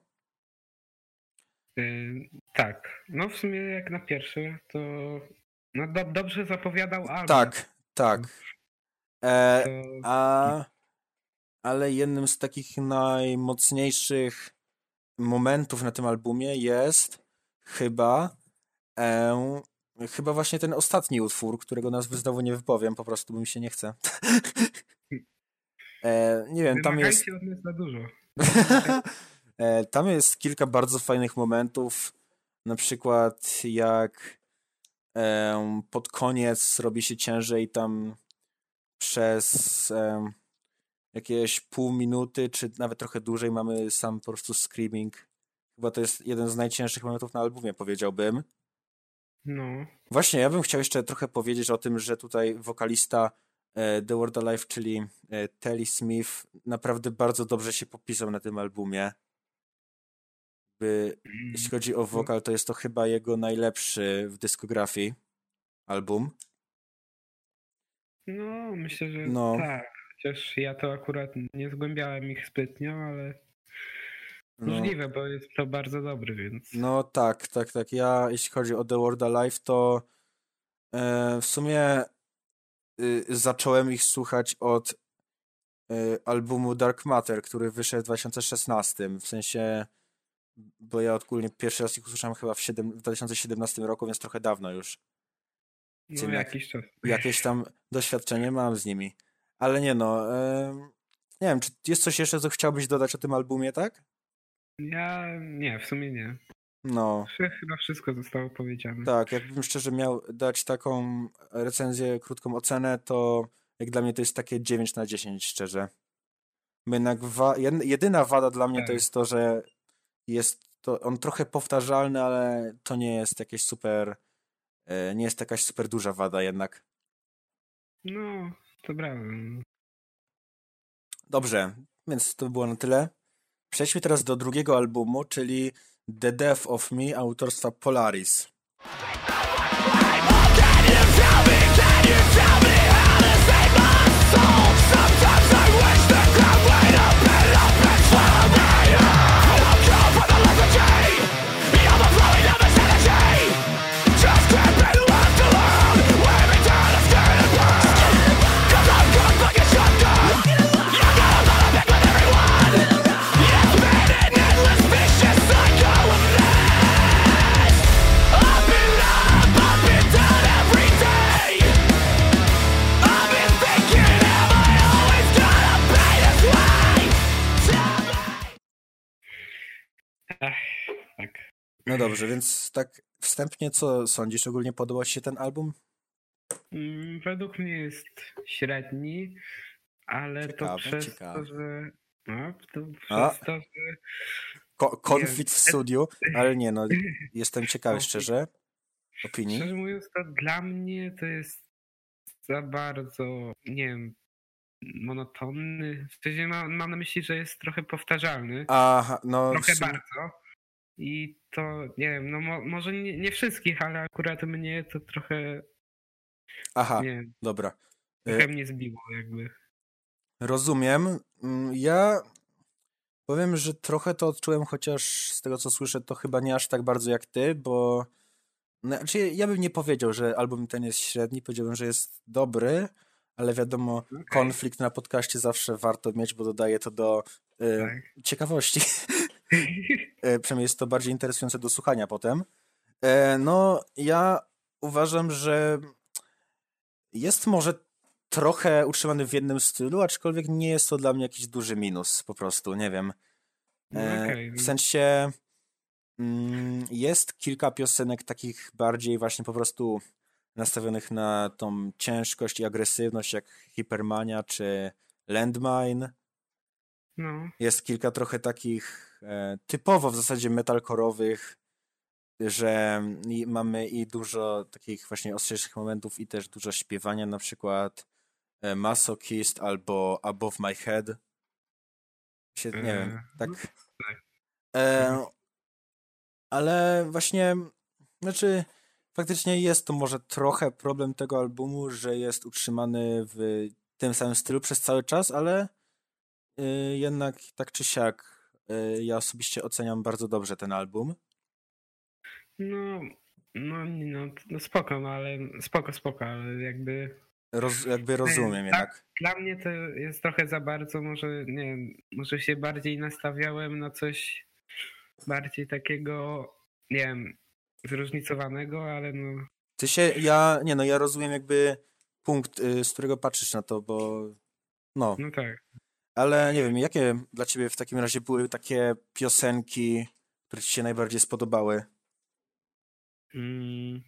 Y, tak. No w sumie jak na pierwszy, to no do, dobrze zapowiadał album. Tak, tak. E, To, a, ale jednym z takich najmocniejszych momentów na tym albumie jest chyba e, chyba właśnie ten ostatni utwór, którego nazwy znowu nie wypowiem, po prostu bo mi się nie chce. e, nie wiem, tam jest wymagajcie od nas za dużo. e, tam jest kilka bardzo fajnych momentów, na przykład jak e, pod koniec robi się ciężej tam przez e, jakieś pół minuty, czy nawet trochę dłużej mamy sam po prostu screaming. Chyba to jest jeden z najcięższych momentów na albumie, powiedziałbym. No. Właśnie, ja bym chciał jeszcze trochę powiedzieć o tym, że tutaj wokalista e, The Word Alive, czyli e, Telly Smith, naprawdę bardzo dobrze się popisał na tym albumie. By, jeśli chodzi o wokal, to jest to chyba jego najlepszy w dyskografii album. No, myślę, że No. tak. Chociaż ja to akurat nie zgłębiałem ich zbytnio, ale No. możliwe, bo jest to bardzo dobry, więc No tak, tak, tak. Ja, jeśli chodzi o The Word Alive, to e, w sumie y, zacząłem ich słuchać od y, albumu Dark Matter, który wyszedł w dwa tysiące szesnastym. W sensie, bo ja ogólnie pierwszy raz ich usłyszałem chyba w, siedem, w dwa tysiące siedemnastym roku, więc trochę dawno już. no, Tym jak- jakiś czas. Jakieś tam doświadczenie mam z nimi. Ale nie no, em, nie wiem, czy jest coś jeszcze, co chciałbyś dodać o tym albumie, tak? Ja nie, w sumie nie. No. Chyba wszystko zostało powiedziane. Tak, jakbym szczerze miał dać taką recenzję, krótką ocenę, to jak dla mnie to jest takie dziewięć na dziesięć, szczerze. Bo jednak wa- jed- jedyna wada dla mnie to Tak. jest to, że jest to on trochę powtarzalny, ale to nie jest jakieś super, e, nie jest jakaś super duża wada jednak. No, to prawda. Dobrze, więc to było na tyle. Przejdźmy teraz do drugiego albumu, czyli The Death of Me autorstwa Polaris. No dobrze, więc tak wstępnie co sądzisz? Ogólnie podobał ci się ten album? Mm, Według mnie jest średni, ale to Ciekawe, przez ciekawe. to, że. No, to A, przez to, że. ko- Nie wiem. konflikt w studiu, ale nie no, jestem ciekawy Konflikt. szczerze opinii. Szczerze mówiąc, to dla mnie to jest za bardzo, nie wiem, monotonny. W sensie mam, mam na myśli, że jest trochę powtarzalny. Aha, no w Trochę sumie, bardzo. I to, nie wiem, no mo, może nie, nie wszystkich, ale akurat mnie to trochę, aha, nie wiem, dobra. trochę Y, mnie zbiło jakby. Rozumiem. Mm, Ja powiem, że trochę to odczułem, chociaż z tego co słyszę, to chyba nie aż tak bardzo jak ty, bo znaczy ja bym nie powiedział, że album ten jest średni, powiedziałbym, że jest dobry, ale wiadomo, Okej. konflikt na podcaście zawsze warto mieć, bo dodaje to do y, Tak. ciekawości. Y, przynajmniej jest to bardziej interesujące do słuchania potem. E, no, ja uważam, że jest może trochę utrzymany w jednym stylu, aczkolwiek nie jest to dla mnie jakiś duży minus, po prostu, nie wiem. No E, okej. w sensie mm, jest kilka piosenek takich bardziej właśnie po prostu nastawionych na tą ciężkość i agresywność, jak Hypermania czy Landmine. No, Jest kilka trochę takich e, typowo w zasadzie metalkorowych, że i mamy i dużo takich właśnie ostrzejszych momentów i też dużo śpiewania, na przykład e, Masochist albo Above My Head. Się, nie wiem, e, tak. no, tak. E, ale właśnie, znaczy faktycznie jest to może trochę problem tego albumu, że jest utrzymany w tym samym stylu przez cały czas, ale y, jednak tak czy siak y, ja osobiście oceniam bardzo dobrze ten album. No, no, no, no spoko, no ale spoko, spoko, ale jakby Roz, jakby rozumiem tak, jednak. dla mnie to jest trochę za bardzo, może nie wiem, może się bardziej nastawiałem na coś bardziej takiego, nie wiem, zróżnicowanego, ale no, Ty się, ja, nie no, ja rozumiem jakby punkt, y, z którego patrzysz na to, bo no, no tak. ale nie wiem, jakie dla ciebie w takim razie były takie piosenki, które ci się najbardziej spodobały? Mm.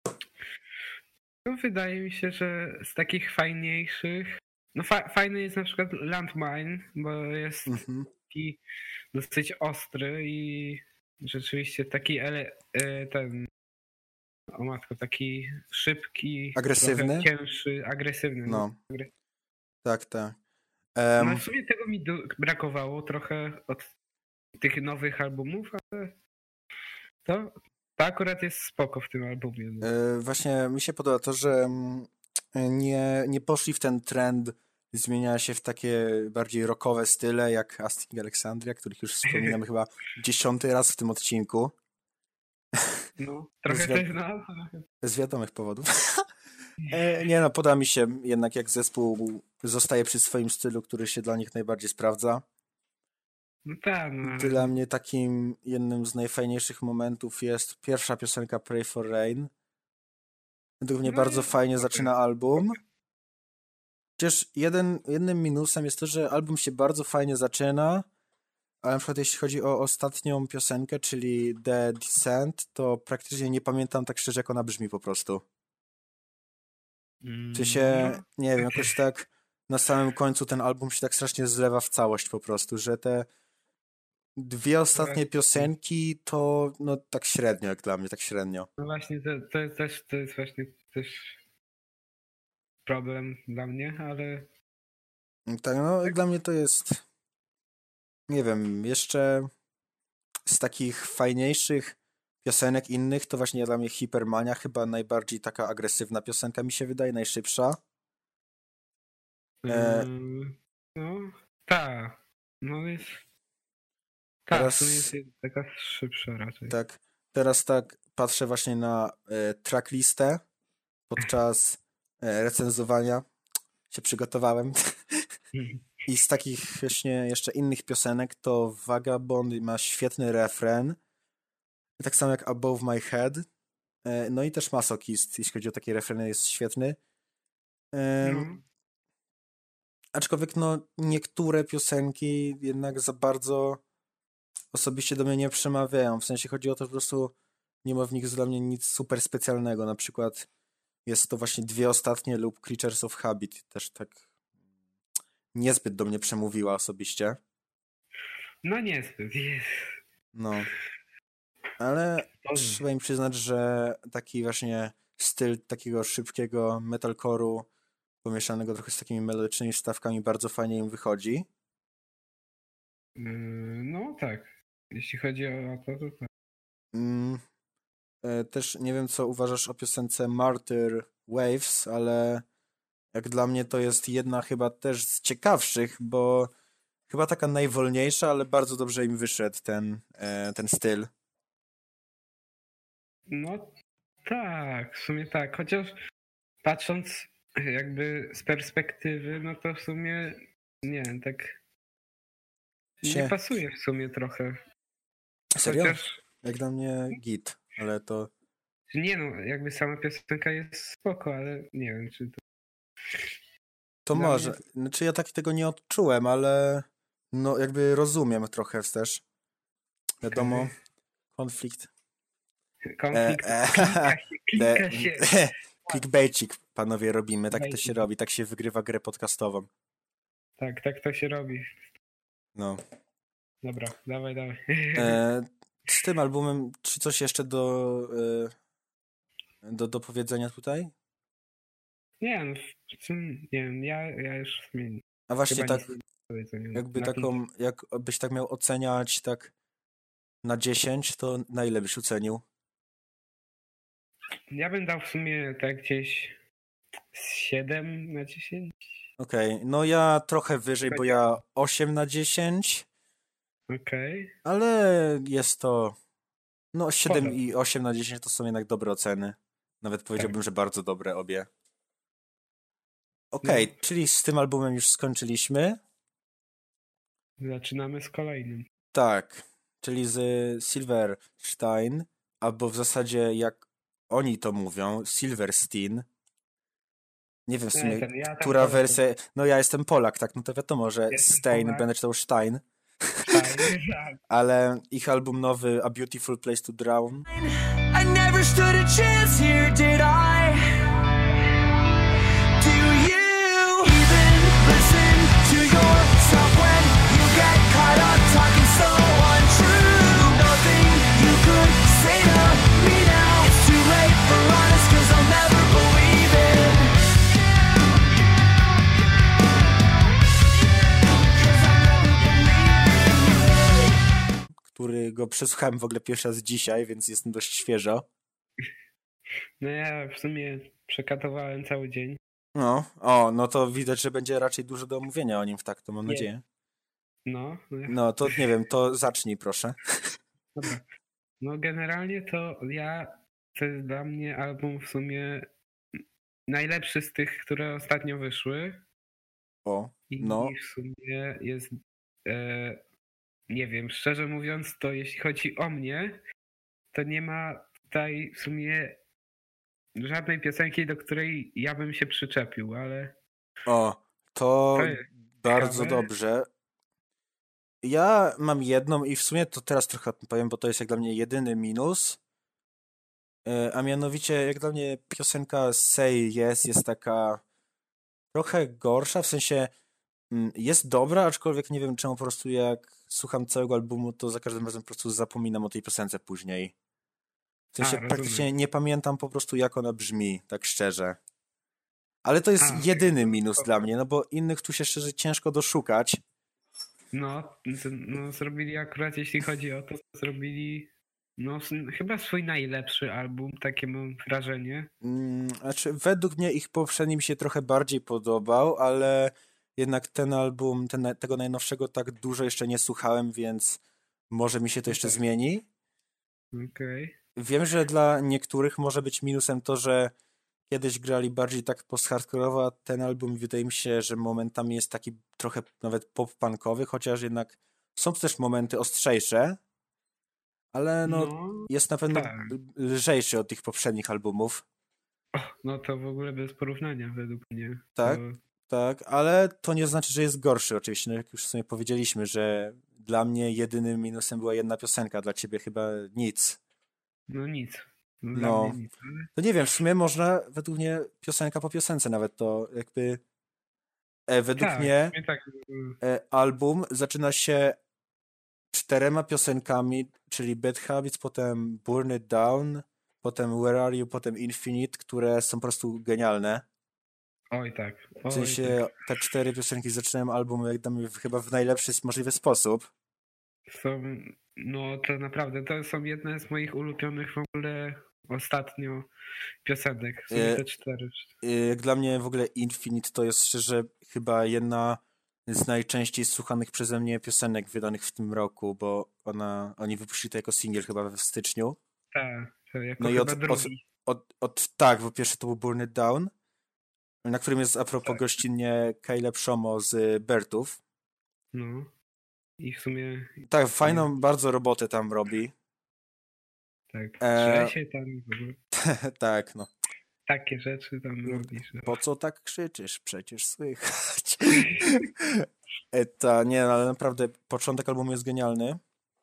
No wydaje mi się, że z takich fajniejszych, no fa fajny jest na przykład Landmine, bo jest Mhm. taki dosyć ostry i rzeczywiście taki ele e, ten, o matko, taki szybki, Agresywny? trochę cięższy, agresywny. No, No, agre- tak, tak. no Em, w sumie tego mi du- brakowało trochę od tych nowych albumów, ale to, to akurat jest spoko w tym albumie. No. y, właśnie mi się podoba to, że mm, nie, nie poszli w ten trend zmienia się w takie bardziej rockowe style, jak Asking Alexandria, których już wspominamy chyba dziesiąty raz w tym odcinku. No, trochę Zwiad- też, no, trochę. Z wiadomych powodów. E, nie no, podoba mi się jednak jak zespół zostaje przy swoim stylu, który się dla nich najbardziej sprawdza. No tak, no ale... Dla mnie takim jednym z najfajniejszych momentów jest pierwsza piosenka Pray for Rain. Według mnie No bardzo jest fajnie spoko, zaczyna album. Chociaż jeden, jednym minusem jest to, że album się bardzo fajnie zaczyna, ale na przykład jeśli chodzi o ostatnią piosenkę, czyli The Descent, to praktycznie nie pamiętam tak szczerze, jak ona brzmi po prostu. Mm, Czy się, no, nie wiem, jakoś tak na samym końcu ten album się tak strasznie zlewa w całość po prostu, że te dwie ostatnie piosenki to no tak średnio jak dla mnie, tak średnio. no właśnie, to, to, jest też, to jest właśnie też problem dla mnie, ale Tak, no dla mnie to jest, nie wiem, jeszcze z takich fajniejszych piosenek innych, to właśnie dla mnie Hypermania chyba najbardziej taka agresywna piosenka mi się wydaje, najszybsza. E, mm, no, ta, no jest, ta, teraz, w sumie jest taka szybsza raczej. tak, teraz tak patrzę właśnie na e, tracklistę podczas e, recenzowania, się przygotowałem. I z takich właśnie jeszcze innych piosenek to Vagabond ma świetny refren, tak samo jak Above My Head. E, no i też Masochist, jeśli chodzi o takie refreny, jest świetny. E, No, aczkolwiek no niektóre piosenki jednak za bardzo osobiście do mnie nie przemawiają. W sensie chodzi o to, że po prostu nie ma w nich dla mnie nic super specjalnego. Na przykład jest to właśnie dwie ostatnie lub Creatures of Habit. Też tak niezbyt do mnie przemówiła osobiście. No niezbyt, jest. No. Ale Dobrze. trzeba im przyznać, że taki właśnie styl takiego szybkiego metalcore'u pomieszanego trochę z takimi melodycznymi wstawkami bardzo fajnie im wychodzi. Yy, No tak. Jeśli chodzi o to, to tak. Mm, e, też nie wiem, co uważasz o piosence Martyr Waves, ale jak dla mnie to jest jedna chyba też z ciekawszych, bo chyba taka najwolniejsza, ale bardzo dobrze im wyszedł ten, e, ten styl. No tak, w sumie tak. Chociaż patrząc jakby z perspektywy, no to w sumie nie wiem, tak nie Się- pasuje w sumie trochę. Serio? Chociaż Jak dla mnie git, ale to... nie no, jakby sama piosenka jest spoko, ale nie wiem, czy to... To Dla może. mnie- Znaczy ja tak tego nie odczułem, ale no jakby rozumiem trochę też. Wiadomo, Okej. konflikt. Konflikt, E, e, klika się, klika Te- się. Clickbaitik, panowie, robimy. Tak to się Clickbaitik. robi, tak się wygrywa grę podcastową. Tak, tak to się robi. No. Dobra, dawaj, dawaj. E, z tym albumem, czy coś jeszcze do, e, do, do powiedzenia tutaj? Nie wiem, w sumie, nie wiem, ja, ja już w sumie A właśnie chyba tak, nic nie mam do powiedzenia jakby na ten taką, jak byś tak miał oceniać tak na dziesięć, to na ile byś ocenił? Ja bym dał w sumie tak gdzieś z siedem na dziesięć. Okej, no ja trochę wyżej, bo ja osiem na dziesięć, Okej. ale jest to, no siedem Spoko. i osiem na dziesięć to są jednak dobre oceny. Nawet powiedziałbym, że bardzo dobre obie. Okej, No. czyli z tym albumem już skończyliśmy. Zaczynamy z kolejnym. Tak, czyli z Silverstein, albo w zasadzie jak oni to mówią, Silverstein. Nie wiem w sumie, Nie, ten, ja tam która Polak wersja... No ja jestem Polak, tak, no to wiadomo, że Jestem Stein, Polak. będę czytał Stein, Tak, tak. ale ich album nowy A Beautiful Place to Drown. I never stood a chance here, did I? Do you even listen to yourself when you get caught up talking so untrue? Nothing you could say to me now. It's too late for honest, cause I'll never believe it. Cause I'll never believe it. Który go przesłuchałem w ogóle pierwszy raz dzisiaj, więc jestem dość świeżo. No ja w sumie przekatowałem cały dzień. No, o, no to widać, że będzie raczej dużo do omówienia o nim w tak, to mam Nie. nadzieję. No, no, ja- No, to nie wiem, to zacznij proszę. dobra. No generalnie to ja, to jest dla mnie album w sumie najlepszy z tych, które ostatnio wyszły. O, I no, w sumie jest, e, nie wiem, szczerze mówiąc, to jeśli chodzi o mnie, to nie ma tutaj w sumie żadnej piosenki, do której ja bym się przyczepił, ale o, to To jest bardzo ciekawe. dobrze. Ja mam jedną i w sumie to teraz trochę o tym powiem, bo to jest jak dla mnie jedyny minus. E, A mianowicie, jak dla mnie piosenka Say Yes jest taka trochę gorsza, w sensie mm, jest dobra, aczkolwiek nie wiem czemu po prostu jak słucham całego albumu, to za każdym razem po prostu zapominam o tej piosence później. W sensie A, rozumiem. praktycznie nie pamiętam po prostu jak ona brzmi, tak szczerze. Ale to jest A, okej, jedyny to minus spoko. dla mnie, no bo innych tu się szczerze ciężko doszukać. no, to- no zrobili akurat, jeśli chodzi o to, to zrobili no s- chyba swój najlepszy album, takie mam wrażenie. Mm, Znaczy, według mnie ich poprzedni mi się trochę bardziej podobał, ale jednak ten album, ten, tego najnowszego tak dużo jeszcze nie słuchałem, więc może mi się to jeszcze tak. zmieni. Okej. Wiem, że dla niektórych może być minusem to, że kiedyś grali bardziej tak post-hardkorowo, a ten album wydaje mi się, że momentami jest taki trochę nawet pop-punkowy, chociaż jednak są to też momenty ostrzejsze, ale no, No, jest na pewno tak. lżejszy od tych poprzednich albumów. o, no to w ogóle bez porównania według mnie. Tak? To, Tak, ale to nie znaczy, że jest gorszy oczywiście, no jak już w sumie powiedzieliśmy, że dla mnie jedynym minusem była jedna piosenka, dla ciebie chyba nic. No nic. No, dla No, mnie nic. ale- to nie wiem, w sumie można według mnie piosenka po piosence nawet to jakby e, według Tak, mnie w sumie tak. mm, e, album zaczyna się czterema piosenkami, czyli Bad Habits, potem Burn It Down, potem Where Are You, potem Infinite, które są po prostu genialne. Oj tak. W Oj, sensie te cztery piosenki zaczynają album jak dla mnie chyba w najlepszy możliwy sposób. tak. Są, no to naprawdę, to są jedne z moich ulubionych w ogóle ostatnio piosenek. W sumie E, te cztery. Y, Jak dla mnie w ogóle Infinite to jest szczerze chyba jedna z najczęściej słuchanych przeze mnie piosenek wydanych w tym roku, bo ona, oni wypuścili to jako singiel chyba w styczniu. Tak, to jako No i chyba od, od, drugi. od, od tak, bo pierwszy to był Burn It Down, na którym jest a propos Tak. gościnnie Caleb Shomo z Bertów. No. I w sumie Tak, fajną bardzo robotę tam robi. tak, E, że się tam w ogóle tak, no. takie rzeczy tam robisz. no. Po co tak krzyczysz? Przecież słychać. E, ta, nie, ale naprawdę początek albumu jest genialny.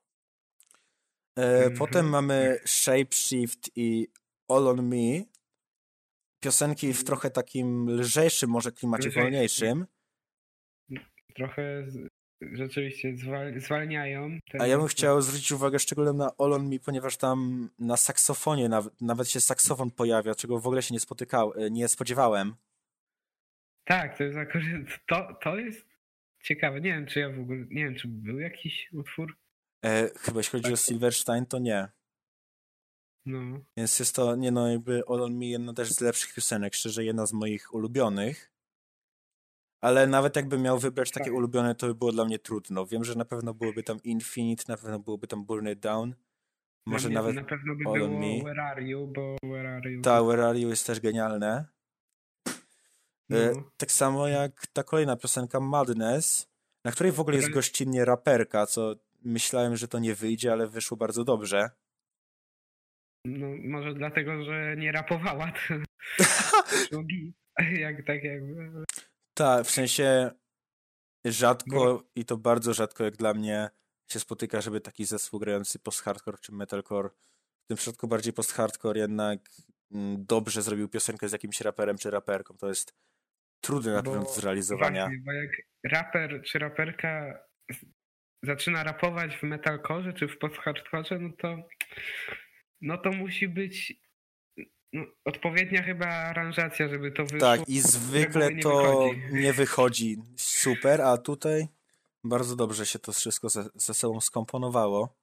E, Mhm. Potem mamy Shapeshift i All on Me. Piosenki w trochę takim lżejszym może klimacie, Lżejszym. wolniejszym. Trochę z, rzeczywiście zwal, zwalniają. ten- A ja bym chciał zwrócić uwagę szczególnie na All on Me, ponieważ tam na saksofonie nawet, nawet się saksofon pojawia, czego w ogóle się nie spotykał, nie spodziewałem. Tak, to jest akurat, to, to jest ciekawe. Nie wiem, czy ja w ogóle, nie wiem, czy był jakiś utwór. E, chyba jeśli chodzi Tak. o Silverstein, to nie. No, Więc jest to, nie no, jakby All on Me jedna też z lepszych piosenek, szczerze jedna z moich ulubionych. Ale nawet jakbym miał wybrać takie Tak. ulubione, to by było dla mnie trudno. Wiem, że na pewno byłoby tam Infinite, na pewno byłoby tam Burn It Down. Może Dla mnie nawet na pewno by All on było Me. Where Are You, bo Where Are You. Ta Where Are You jest też genialne. E, No, tak samo jak ta kolejna piosenka Madness, na której w ogóle jest Która- gościnnie raperka, co myślałem, że to nie wyjdzie, ale wyszło bardzo dobrze. no, może dlatego, że nie rapowała. To Szlugi. Jak tak jakby. Tak, w sensie rzadko Bo- i to bardzo rzadko jak dla mnie się spotyka, żeby taki zespół grający post-hardcore czy metalcore, w tym przypadku bardziej post-hardcore jednak mm, dobrze zrobił piosenkę z jakimś raperem czy raperką. To jest trudne na Bo- pewno do zrealizowania. Właśnie, bo jak raper czy raperka z- zaczyna rapować w metalcore czy w post-hardcore, no to no to musi być no, odpowiednia chyba aranżacja, żeby to wyszło. Tak, i zwykle nie to wychodzi. nie wychodzi super, a tutaj bardzo dobrze się to wszystko ze, ze sobą skomponowało.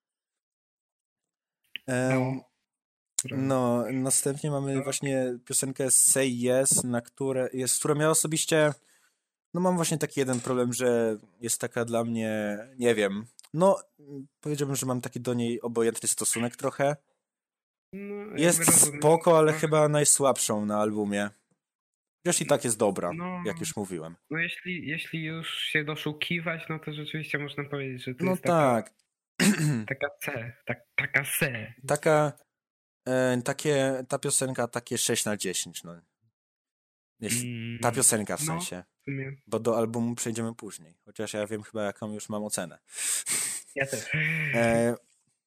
Em, No. No, następnie mamy właśnie piosenkę Say Yes, na które jest, która miała osobiście, no mam właśnie taki jeden problem, że jest taka dla mnie, nie wiem, no powiedziałbym, że mam taki do niej obojętny stosunek trochę. No, jakby Jest rozumiem. spoko, ale No, chyba najsłabszą na albumie. Chociaż i tak jest dobra, No. jak już mówiłem. No jeśli, jeśli już się doszukiwać, no to rzeczywiście można powiedzieć, że to No jest tak, taka, taka C, tak, taka C. taka, e, takie, ta piosenka takie sześć na dziesięć, no. Jeśli, ta Mm, piosenka w no. sensie. w sumie Bo do albumu przejdziemy później. Chociaż ja wiem chyba, jaką już mam ocenę. ja też. E,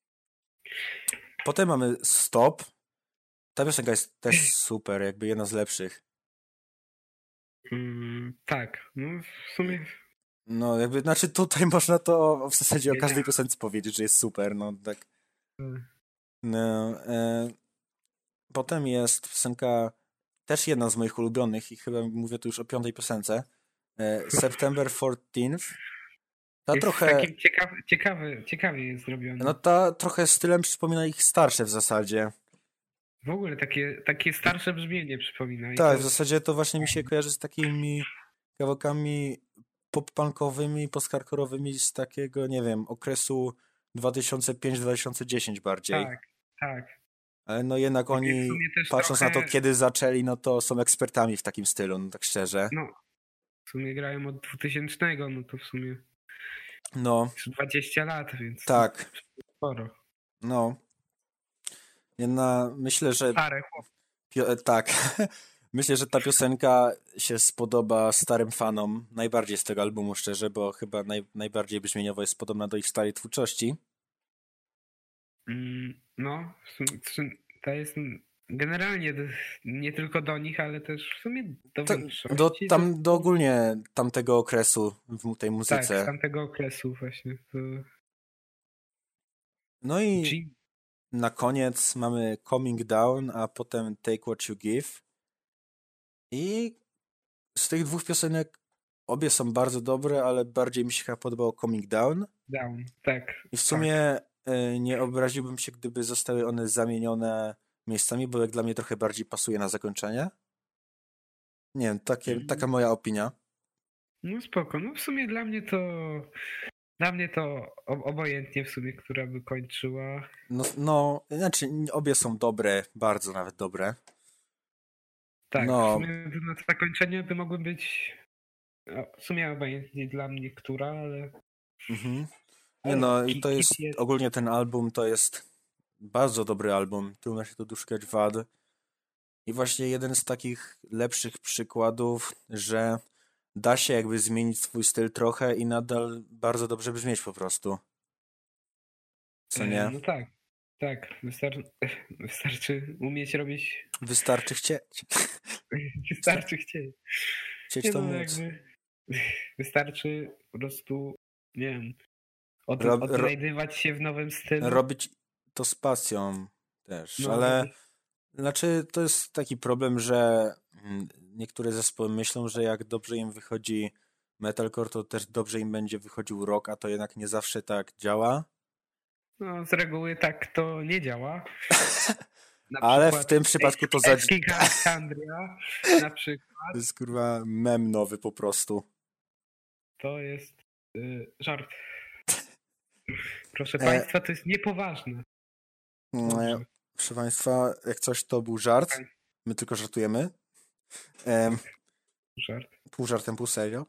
potem mamy Stop. Ta piosenka jest też super, jakby jedna z lepszych. Mm, tak, no w sumie No jakby, znaczy tutaj można to w zasadzie o Nie, każdej nie. piosence powiedzieć, że jest super, no tak. Mm. No, e, potem jest piosenka, też jedna z moich ulubionych i chyba mówię tu już o piątej piosence. E, September czternastego. Ta jest trochę... takim ciekawy, ciekawy, ciekawie jest zrobione. No ta trochę stylem przypomina ich starsze w zasadzie. W ogóle takie, takie starsze brzmienie przypomina. I Tak, to- w zasadzie to właśnie mi się kojarzy z takimi kawałkami pop-punkowymi, post-hardkorowymi z takiego, nie wiem, okresu dwa tysiące piąty do dwa tysiące dziesiątego bardziej. Tak, tak. Ale no jednak Takie w oni, sumie też patrząc na to, trochę- kiedy zaczęli, no to są ekspertami w takim stylu, no tak szczerze. No, w sumie grają od dwutysięcznego, no to w sumie No, już dwadzieścia lat, więc tak, sporo. no. Jedna, myślę, że Stare chłopy. Pio- e, tak. Myślę, że ta piosenka się spodoba starym fanom najbardziej z tego albumu, szczerze, bo chyba naj, najbardziej brzmieniowo jest podobna do ich starej twórczości. Mm, no, to jest generalnie nie tylko do nich, ale też w sumie do To, większości. do, tam, do ogólnie tamtego okresu w tej muzyce. Tak, z tamtego okresu właśnie. To... No i G... na koniec mamy Coming Down, a potem Take What You Give. I z tych dwóch piosenek obie są bardzo dobre, ale bardziej mi się chyba podobało Coming Down. Down, tak. I w sumie tak. Nie obraziłbym się, gdyby zostały one zamienione miejscami, bo jak dla mnie trochę bardziej pasuje na zakończenie. Nie wiem, takie, mm. taka moja opinia. No spoko, no w sumie dla mnie to dla mnie to obojętnie w sumie, która by kończyła. No, no znaczy obie są dobre, bardzo nawet dobre. Tak, no. w sumie na zakończenie by mogły być w sumie obojętnie dla mnie która, ale... Mhm. Nie no, i to jest, ogólnie ten album to jest bardzo dobry album. Trudno się tu doszukać wad. I właśnie jeden z takich lepszych przykładów, że da się jakby zmienić swój styl trochę i nadal bardzo dobrze brzmieć po prostu. Co nie? No tak, tak. Wystar- wystarczy umieć robić... Wystarczy chcieć. Wystarczy chcieć. Chcieć nie to no, móc. Jakby wystarczy po prostu, nie wiem, od, Rob, odnajdywać ro, się w nowym stylu. Robić to z pasją też, no, ale robić. Znaczy to jest taki problem, że niektóre zespoły myślą, że jak dobrze im wychodzi metalcore, to też dobrze im będzie wychodził rock, a to jednak nie zawsze tak działa. No z reguły tak to nie działa. Ale w tym przypadku to za... Andria na przykład. To jest kurwa mem nowy po prostu. To jest y, żart. Proszę e... Państwa, to jest niepoważne. E, proszę Państwa, jak coś to był żart. My tylko żartujemy. E, żart. Pół żartem, pół serio.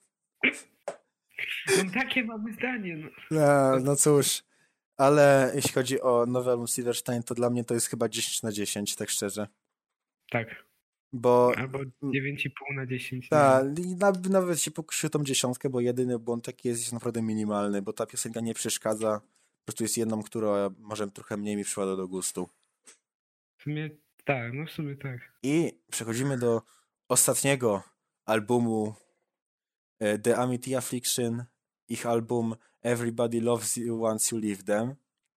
No takie mamy zdanie. No, no, no cóż. Ale jeśli chodzi o nowy album Silverstein, to dla mnie to jest chyba dziesięć na dziesięć, tak szczerze. Tak. Bo... Albo dziewięć i pół na dziesięć. Tak, nawet się pokusił tą dziesiątkę, bo jedyny błąd taki jest, jest naprawdę minimalny, bo ta piosenka nie przeszkadza. Po prostu jest jedną, która może trochę mniej mi przypada do gustu. W sumie tak, no w sumie tak. I przechodzimy do ostatniego albumu The Amity Affliction, ich album Everybody Loves You Once You Leave Them.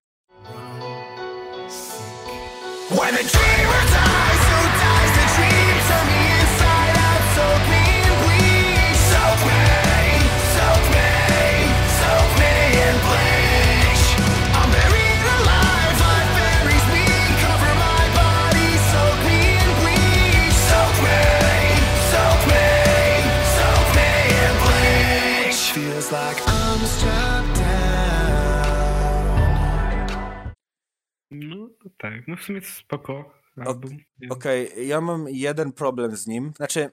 When a dreamer dies, so dies the dream. Turn me inside out, soak me in bleach. Soak me, soak me, soak me in bleach. I'm buried alive, life buries me. Cover my body, soak me in bleach. Soak me, soak me, soak me in bleach. Feels like I'm struck down. No tak, no w sumie to spoko album. Okej, okay, ja mam jeden problem z nim. Znaczy,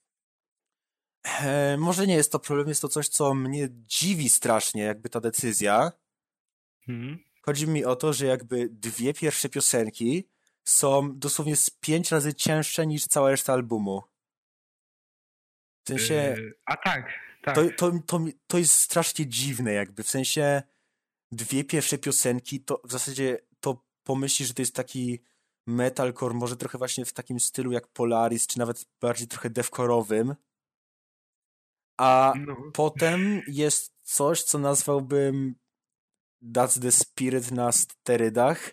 e, może nie jest to problem, jest to coś, co mnie dziwi strasznie, jakby ta decyzja. Hmm. Chodzi mi o to, że jakby dwie pierwsze piosenki są dosłownie z pięć razy cięższe niż cała reszta albumu. W sensie... Yy, a tak, tak. To, to, to, to jest strasznie dziwne jakby, w sensie dwie pierwsze piosenki to w zasadzie to pomyślisz, że to jest taki metalcore, może trochę właśnie w takim stylu jak Polaris, czy nawet bardziej trochę deathcore'owym. A no. potem jest coś, co nazwałbym That's the Spirit na sterydach.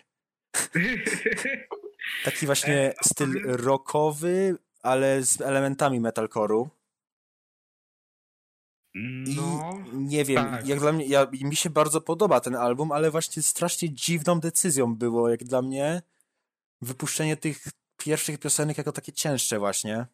Taki właśnie styl rockowy, ale z elementami metalcore'u. No, I nie wiem, tak. jak dla mnie, ja, mi się bardzo podoba ten album, ale właśnie strasznie dziwną decyzją było, jak dla mnie, wypuszczenie tych pierwszych piosenek jako takie cięższe właśnie.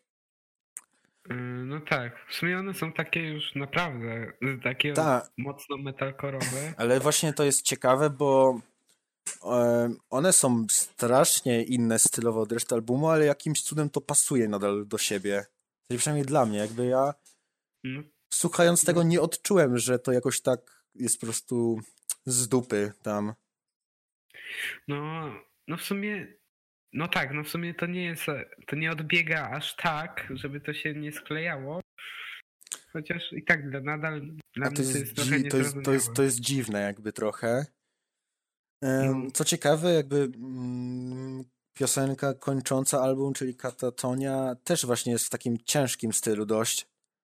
No tak, w sumie one są takie już naprawdę, takie Ta. mocno metalcore'owe. Ale właśnie to jest ciekawe, bo e, one są strasznie inne stylowo od reszty albumu, ale jakimś cudem to pasuje nadal do siebie. Czyli przynajmniej dla mnie, jakby ja no. słuchając tego nie odczułem, że to jakoś tak jest po prostu z dupy tam. No, no w sumie No tak, no w sumie to nie jest, to nie odbiega aż tak, żeby to się nie sklejało. Chociaż i tak dla, nadal dla A mnie to to jest, jest trochę dzi- to jest, to jest, niezrozumiałe. to jest dziwne jakby trochę. Em, No. Co ciekawe, jakby mm, piosenka kończąca album, czyli Katatonia, też właśnie jest w takim ciężkim stylu dość.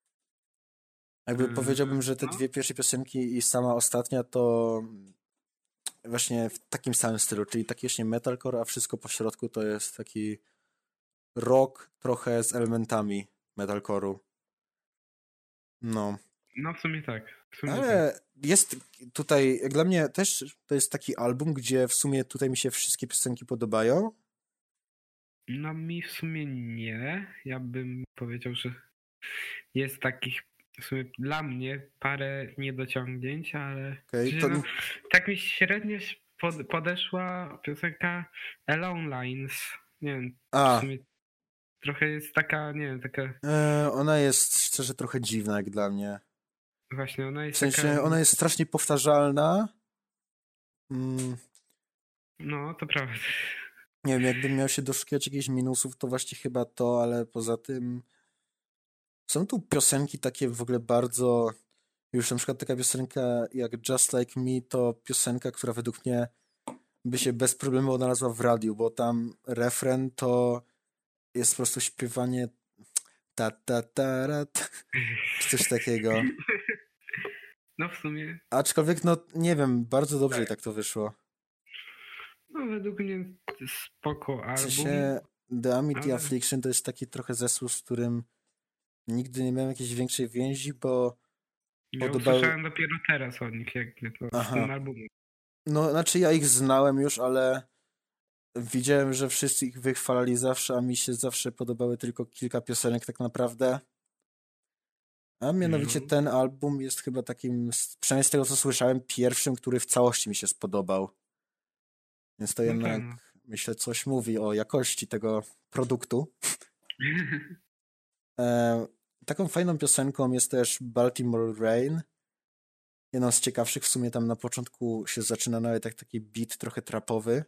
Jakby Yy, powiedziałbym, że te no. dwie pierwsze piosenki i sama ostatnia to właśnie w takim samym stylu, czyli taki właśnie metalcore, a wszystko po środku to jest taki rock trochę z elementami metalcore'u. No. No w sumie tak. W sumie tak. Ale jest tutaj, jak dla mnie też to jest taki album, gdzie w sumie tutaj mi się wszystkie piosenki podobają. No mi w sumie nie. Ja bym powiedział, że jest takich w sumie dla mnie parę niedociągnięć, ale Okej, w sensie, to- no, tak mi średnio pod, podeszła piosenka Alone Lines. Nie wiem, A, w sumie trochę jest taka, nie wiem, taka e, ona jest szczerze trochę dziwna jak dla mnie. właśnie, ona W jest sensie taka, ona jest strasznie powtarzalna. Mm, no to prawda. nie wiem, jakbym miał się doszukiwać jakichś minusów, to właśnie chyba to, ale poza tym są tu piosenki takie w ogóle bardzo... Już na przykład taka piosenka jak Just Like Me to piosenka, która według mnie by się bez problemu odnalazła w radiu, bo tam refren to jest po prostu śpiewanie ta ta ta ra, ta, czy coś takiego. No w sumie, Aczkolwiek no nie wiem, bardzo dobrze i tak to wyszło. no według mnie spoko W album. sensie The Amity ale- Affliction to jest taki trochę zespół, z którym nigdy nie miałem jakiejś większej więzi, bo Ja podobały- usłyszałem dopiero teraz o nich, jakby to Aha. w tym albumie. no znaczy ja ich znałem już, ale widziałem, że wszyscy ich wychwalali zawsze, a mi się zawsze podobały tylko kilka piosenek tak naprawdę. A mianowicie No. ten album jest chyba takim, z- przynajmniej z tego co słyszałem, pierwszym, który w całości mi się spodobał. Więc to No jednak, tak, no. myślę, coś mówi o jakości tego produktu. E, taką fajną piosenką jest też Baltimore Rain. Jedną z ciekawszych, w sumie tam na początku się zaczyna nawet jak taki beat trochę trapowy.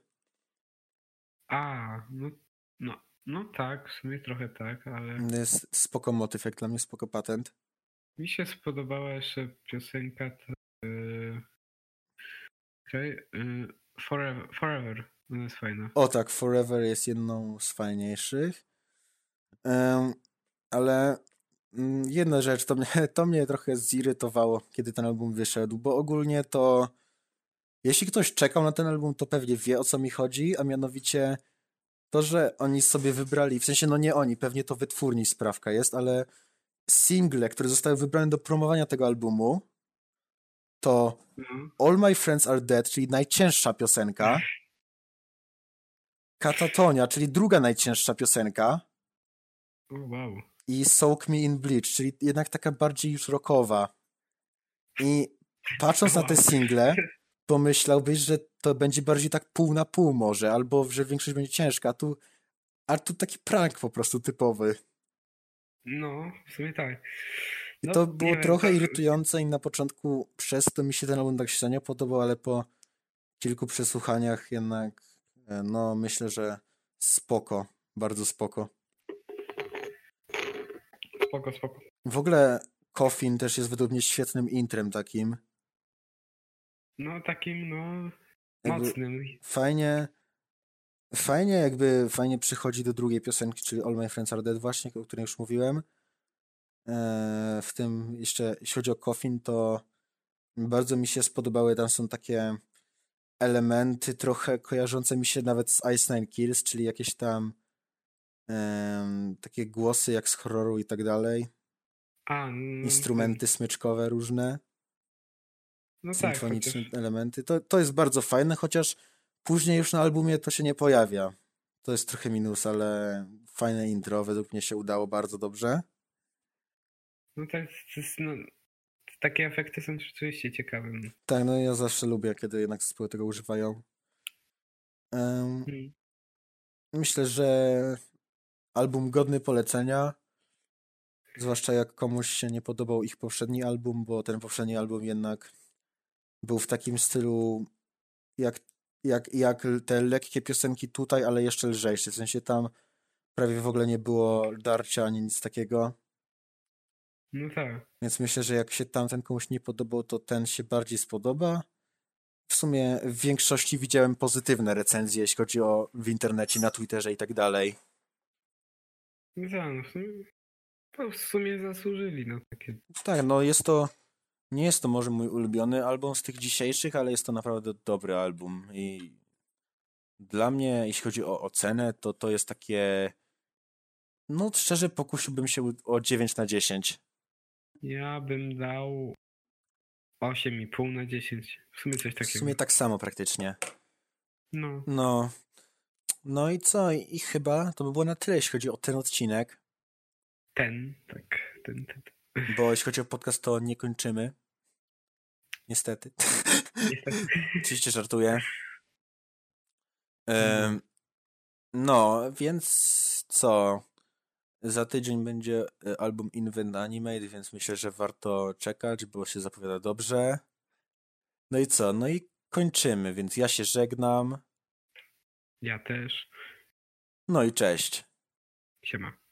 A, no, no, no tak, w sumie trochę tak, ale Jest spoko motyw, jak dla mnie spoko patent. mi się spodobała jeszcze piosenka ta, yy, okay, yy, Forever, Forever, ona jest fajna. O tak, Forever jest jedną z fajniejszych. Em, ale mm, jedna rzecz, to mnie, to mnie trochę zirytowało, kiedy ten album wyszedł, bo ogólnie to jeśli ktoś czekał na ten album, to pewnie wie, o co mi chodzi, a mianowicie to, że oni sobie wybrali, w sensie no nie oni, pewnie to wytwórni sprawka jest, ale single, które zostały wybrane do promowania tego albumu, to No. All My Friends Are Dead, czyli najcięższa piosenka, Katatonia, czyli druga najcięższa piosenka, O, wow. i Soak Me in Bleach, czyli jednak taka bardziej już rockowa. I patrząc na te single, pomyślałbyś, że to będzie bardziej tak pół na pół może, albo że większość będzie ciężka, a tu, a tu taki prank po prostu typowy. No, w sumie tak. I No, to nie było wiem, trochę to- irytujące i na początku przez to mi się ten album tak średnio podobał, ale po kilku przesłuchaniach jednak e, no myślę, że spoko, bardzo spoko. Spoko, spoko. W ogóle Coffin też jest według mnie świetnym intrem takim. No takim, no, Jakby mocnym. fajnie, fajnie jakby, fajnie przychodzi do drugiej piosenki, czyli All My Friends Are Dead właśnie, o której już mówiłem. Eee, w tym jeszcze, jeśli chodzi o Coffin, to bardzo mi się spodobały, tam są takie elementy trochę kojarzące mi się nawet z Ice Nine Kills, czyli jakieś tam em, takie głosy jak z horroru i tak dalej. A, no, Instrumenty smyczkowe różne, no tak, symfoniczne chociaż, elementy. To, to jest bardzo fajne, chociaż później już na albumie to się nie pojawia. To jest trochę minus, ale fajne intro, według mnie się udało bardzo dobrze. no to jest, to jest no, takie efekty są rzeczywiście ciekawe. no. Tak, no ja zawsze lubię, kiedy jednak zespoły tego używają. Em, Hmm. myślę, że album godny polecenia, zwłaszcza jak komuś się nie podobał ich poprzedni album, bo ten poprzedni album jednak był w takim stylu jak, jak, jak te lekkie piosenki tutaj, ale jeszcze lżejsze. W sensie tam prawie w ogóle nie było darcia ani nic takiego. No tak. Więc myślę, że jak się tamten komuś nie podobał, to ten się bardziej spodoba. W sumie w większości widziałem pozytywne recenzje, jeśli chodzi o w internecie, na Twitterze i tak dalej. No tak, no w sumie, to w sumie zasłużyli na takie. Tak, no jest to, nie jest to może mój ulubiony album z tych dzisiejszych, ale jest to naprawdę dobry album i dla mnie, jeśli chodzi o ocenę, to to jest takie, no szczerze pokusiłbym się o dziewięć na dziesięć. Ja bym dał osiem i pół na dziesięć. W sumie coś W takiego. sumie tak samo praktycznie. No. No, no i co? I chyba to by było na tyle, jeśli chodzi o ten odcinek, Ten, tak, ten, ten. ten. bo jeśli chodzi o podcast, to nie kończymy. Niestety. Niestety. Oczywiście żartuję. Em, no, więc co? Za tydzień będzie e, album Invent Animate, więc myślę, że warto czekać, bo się zapowiada dobrze. No i co? No i kończymy, więc ja się żegnam. Ja też. No i cześć. Siema.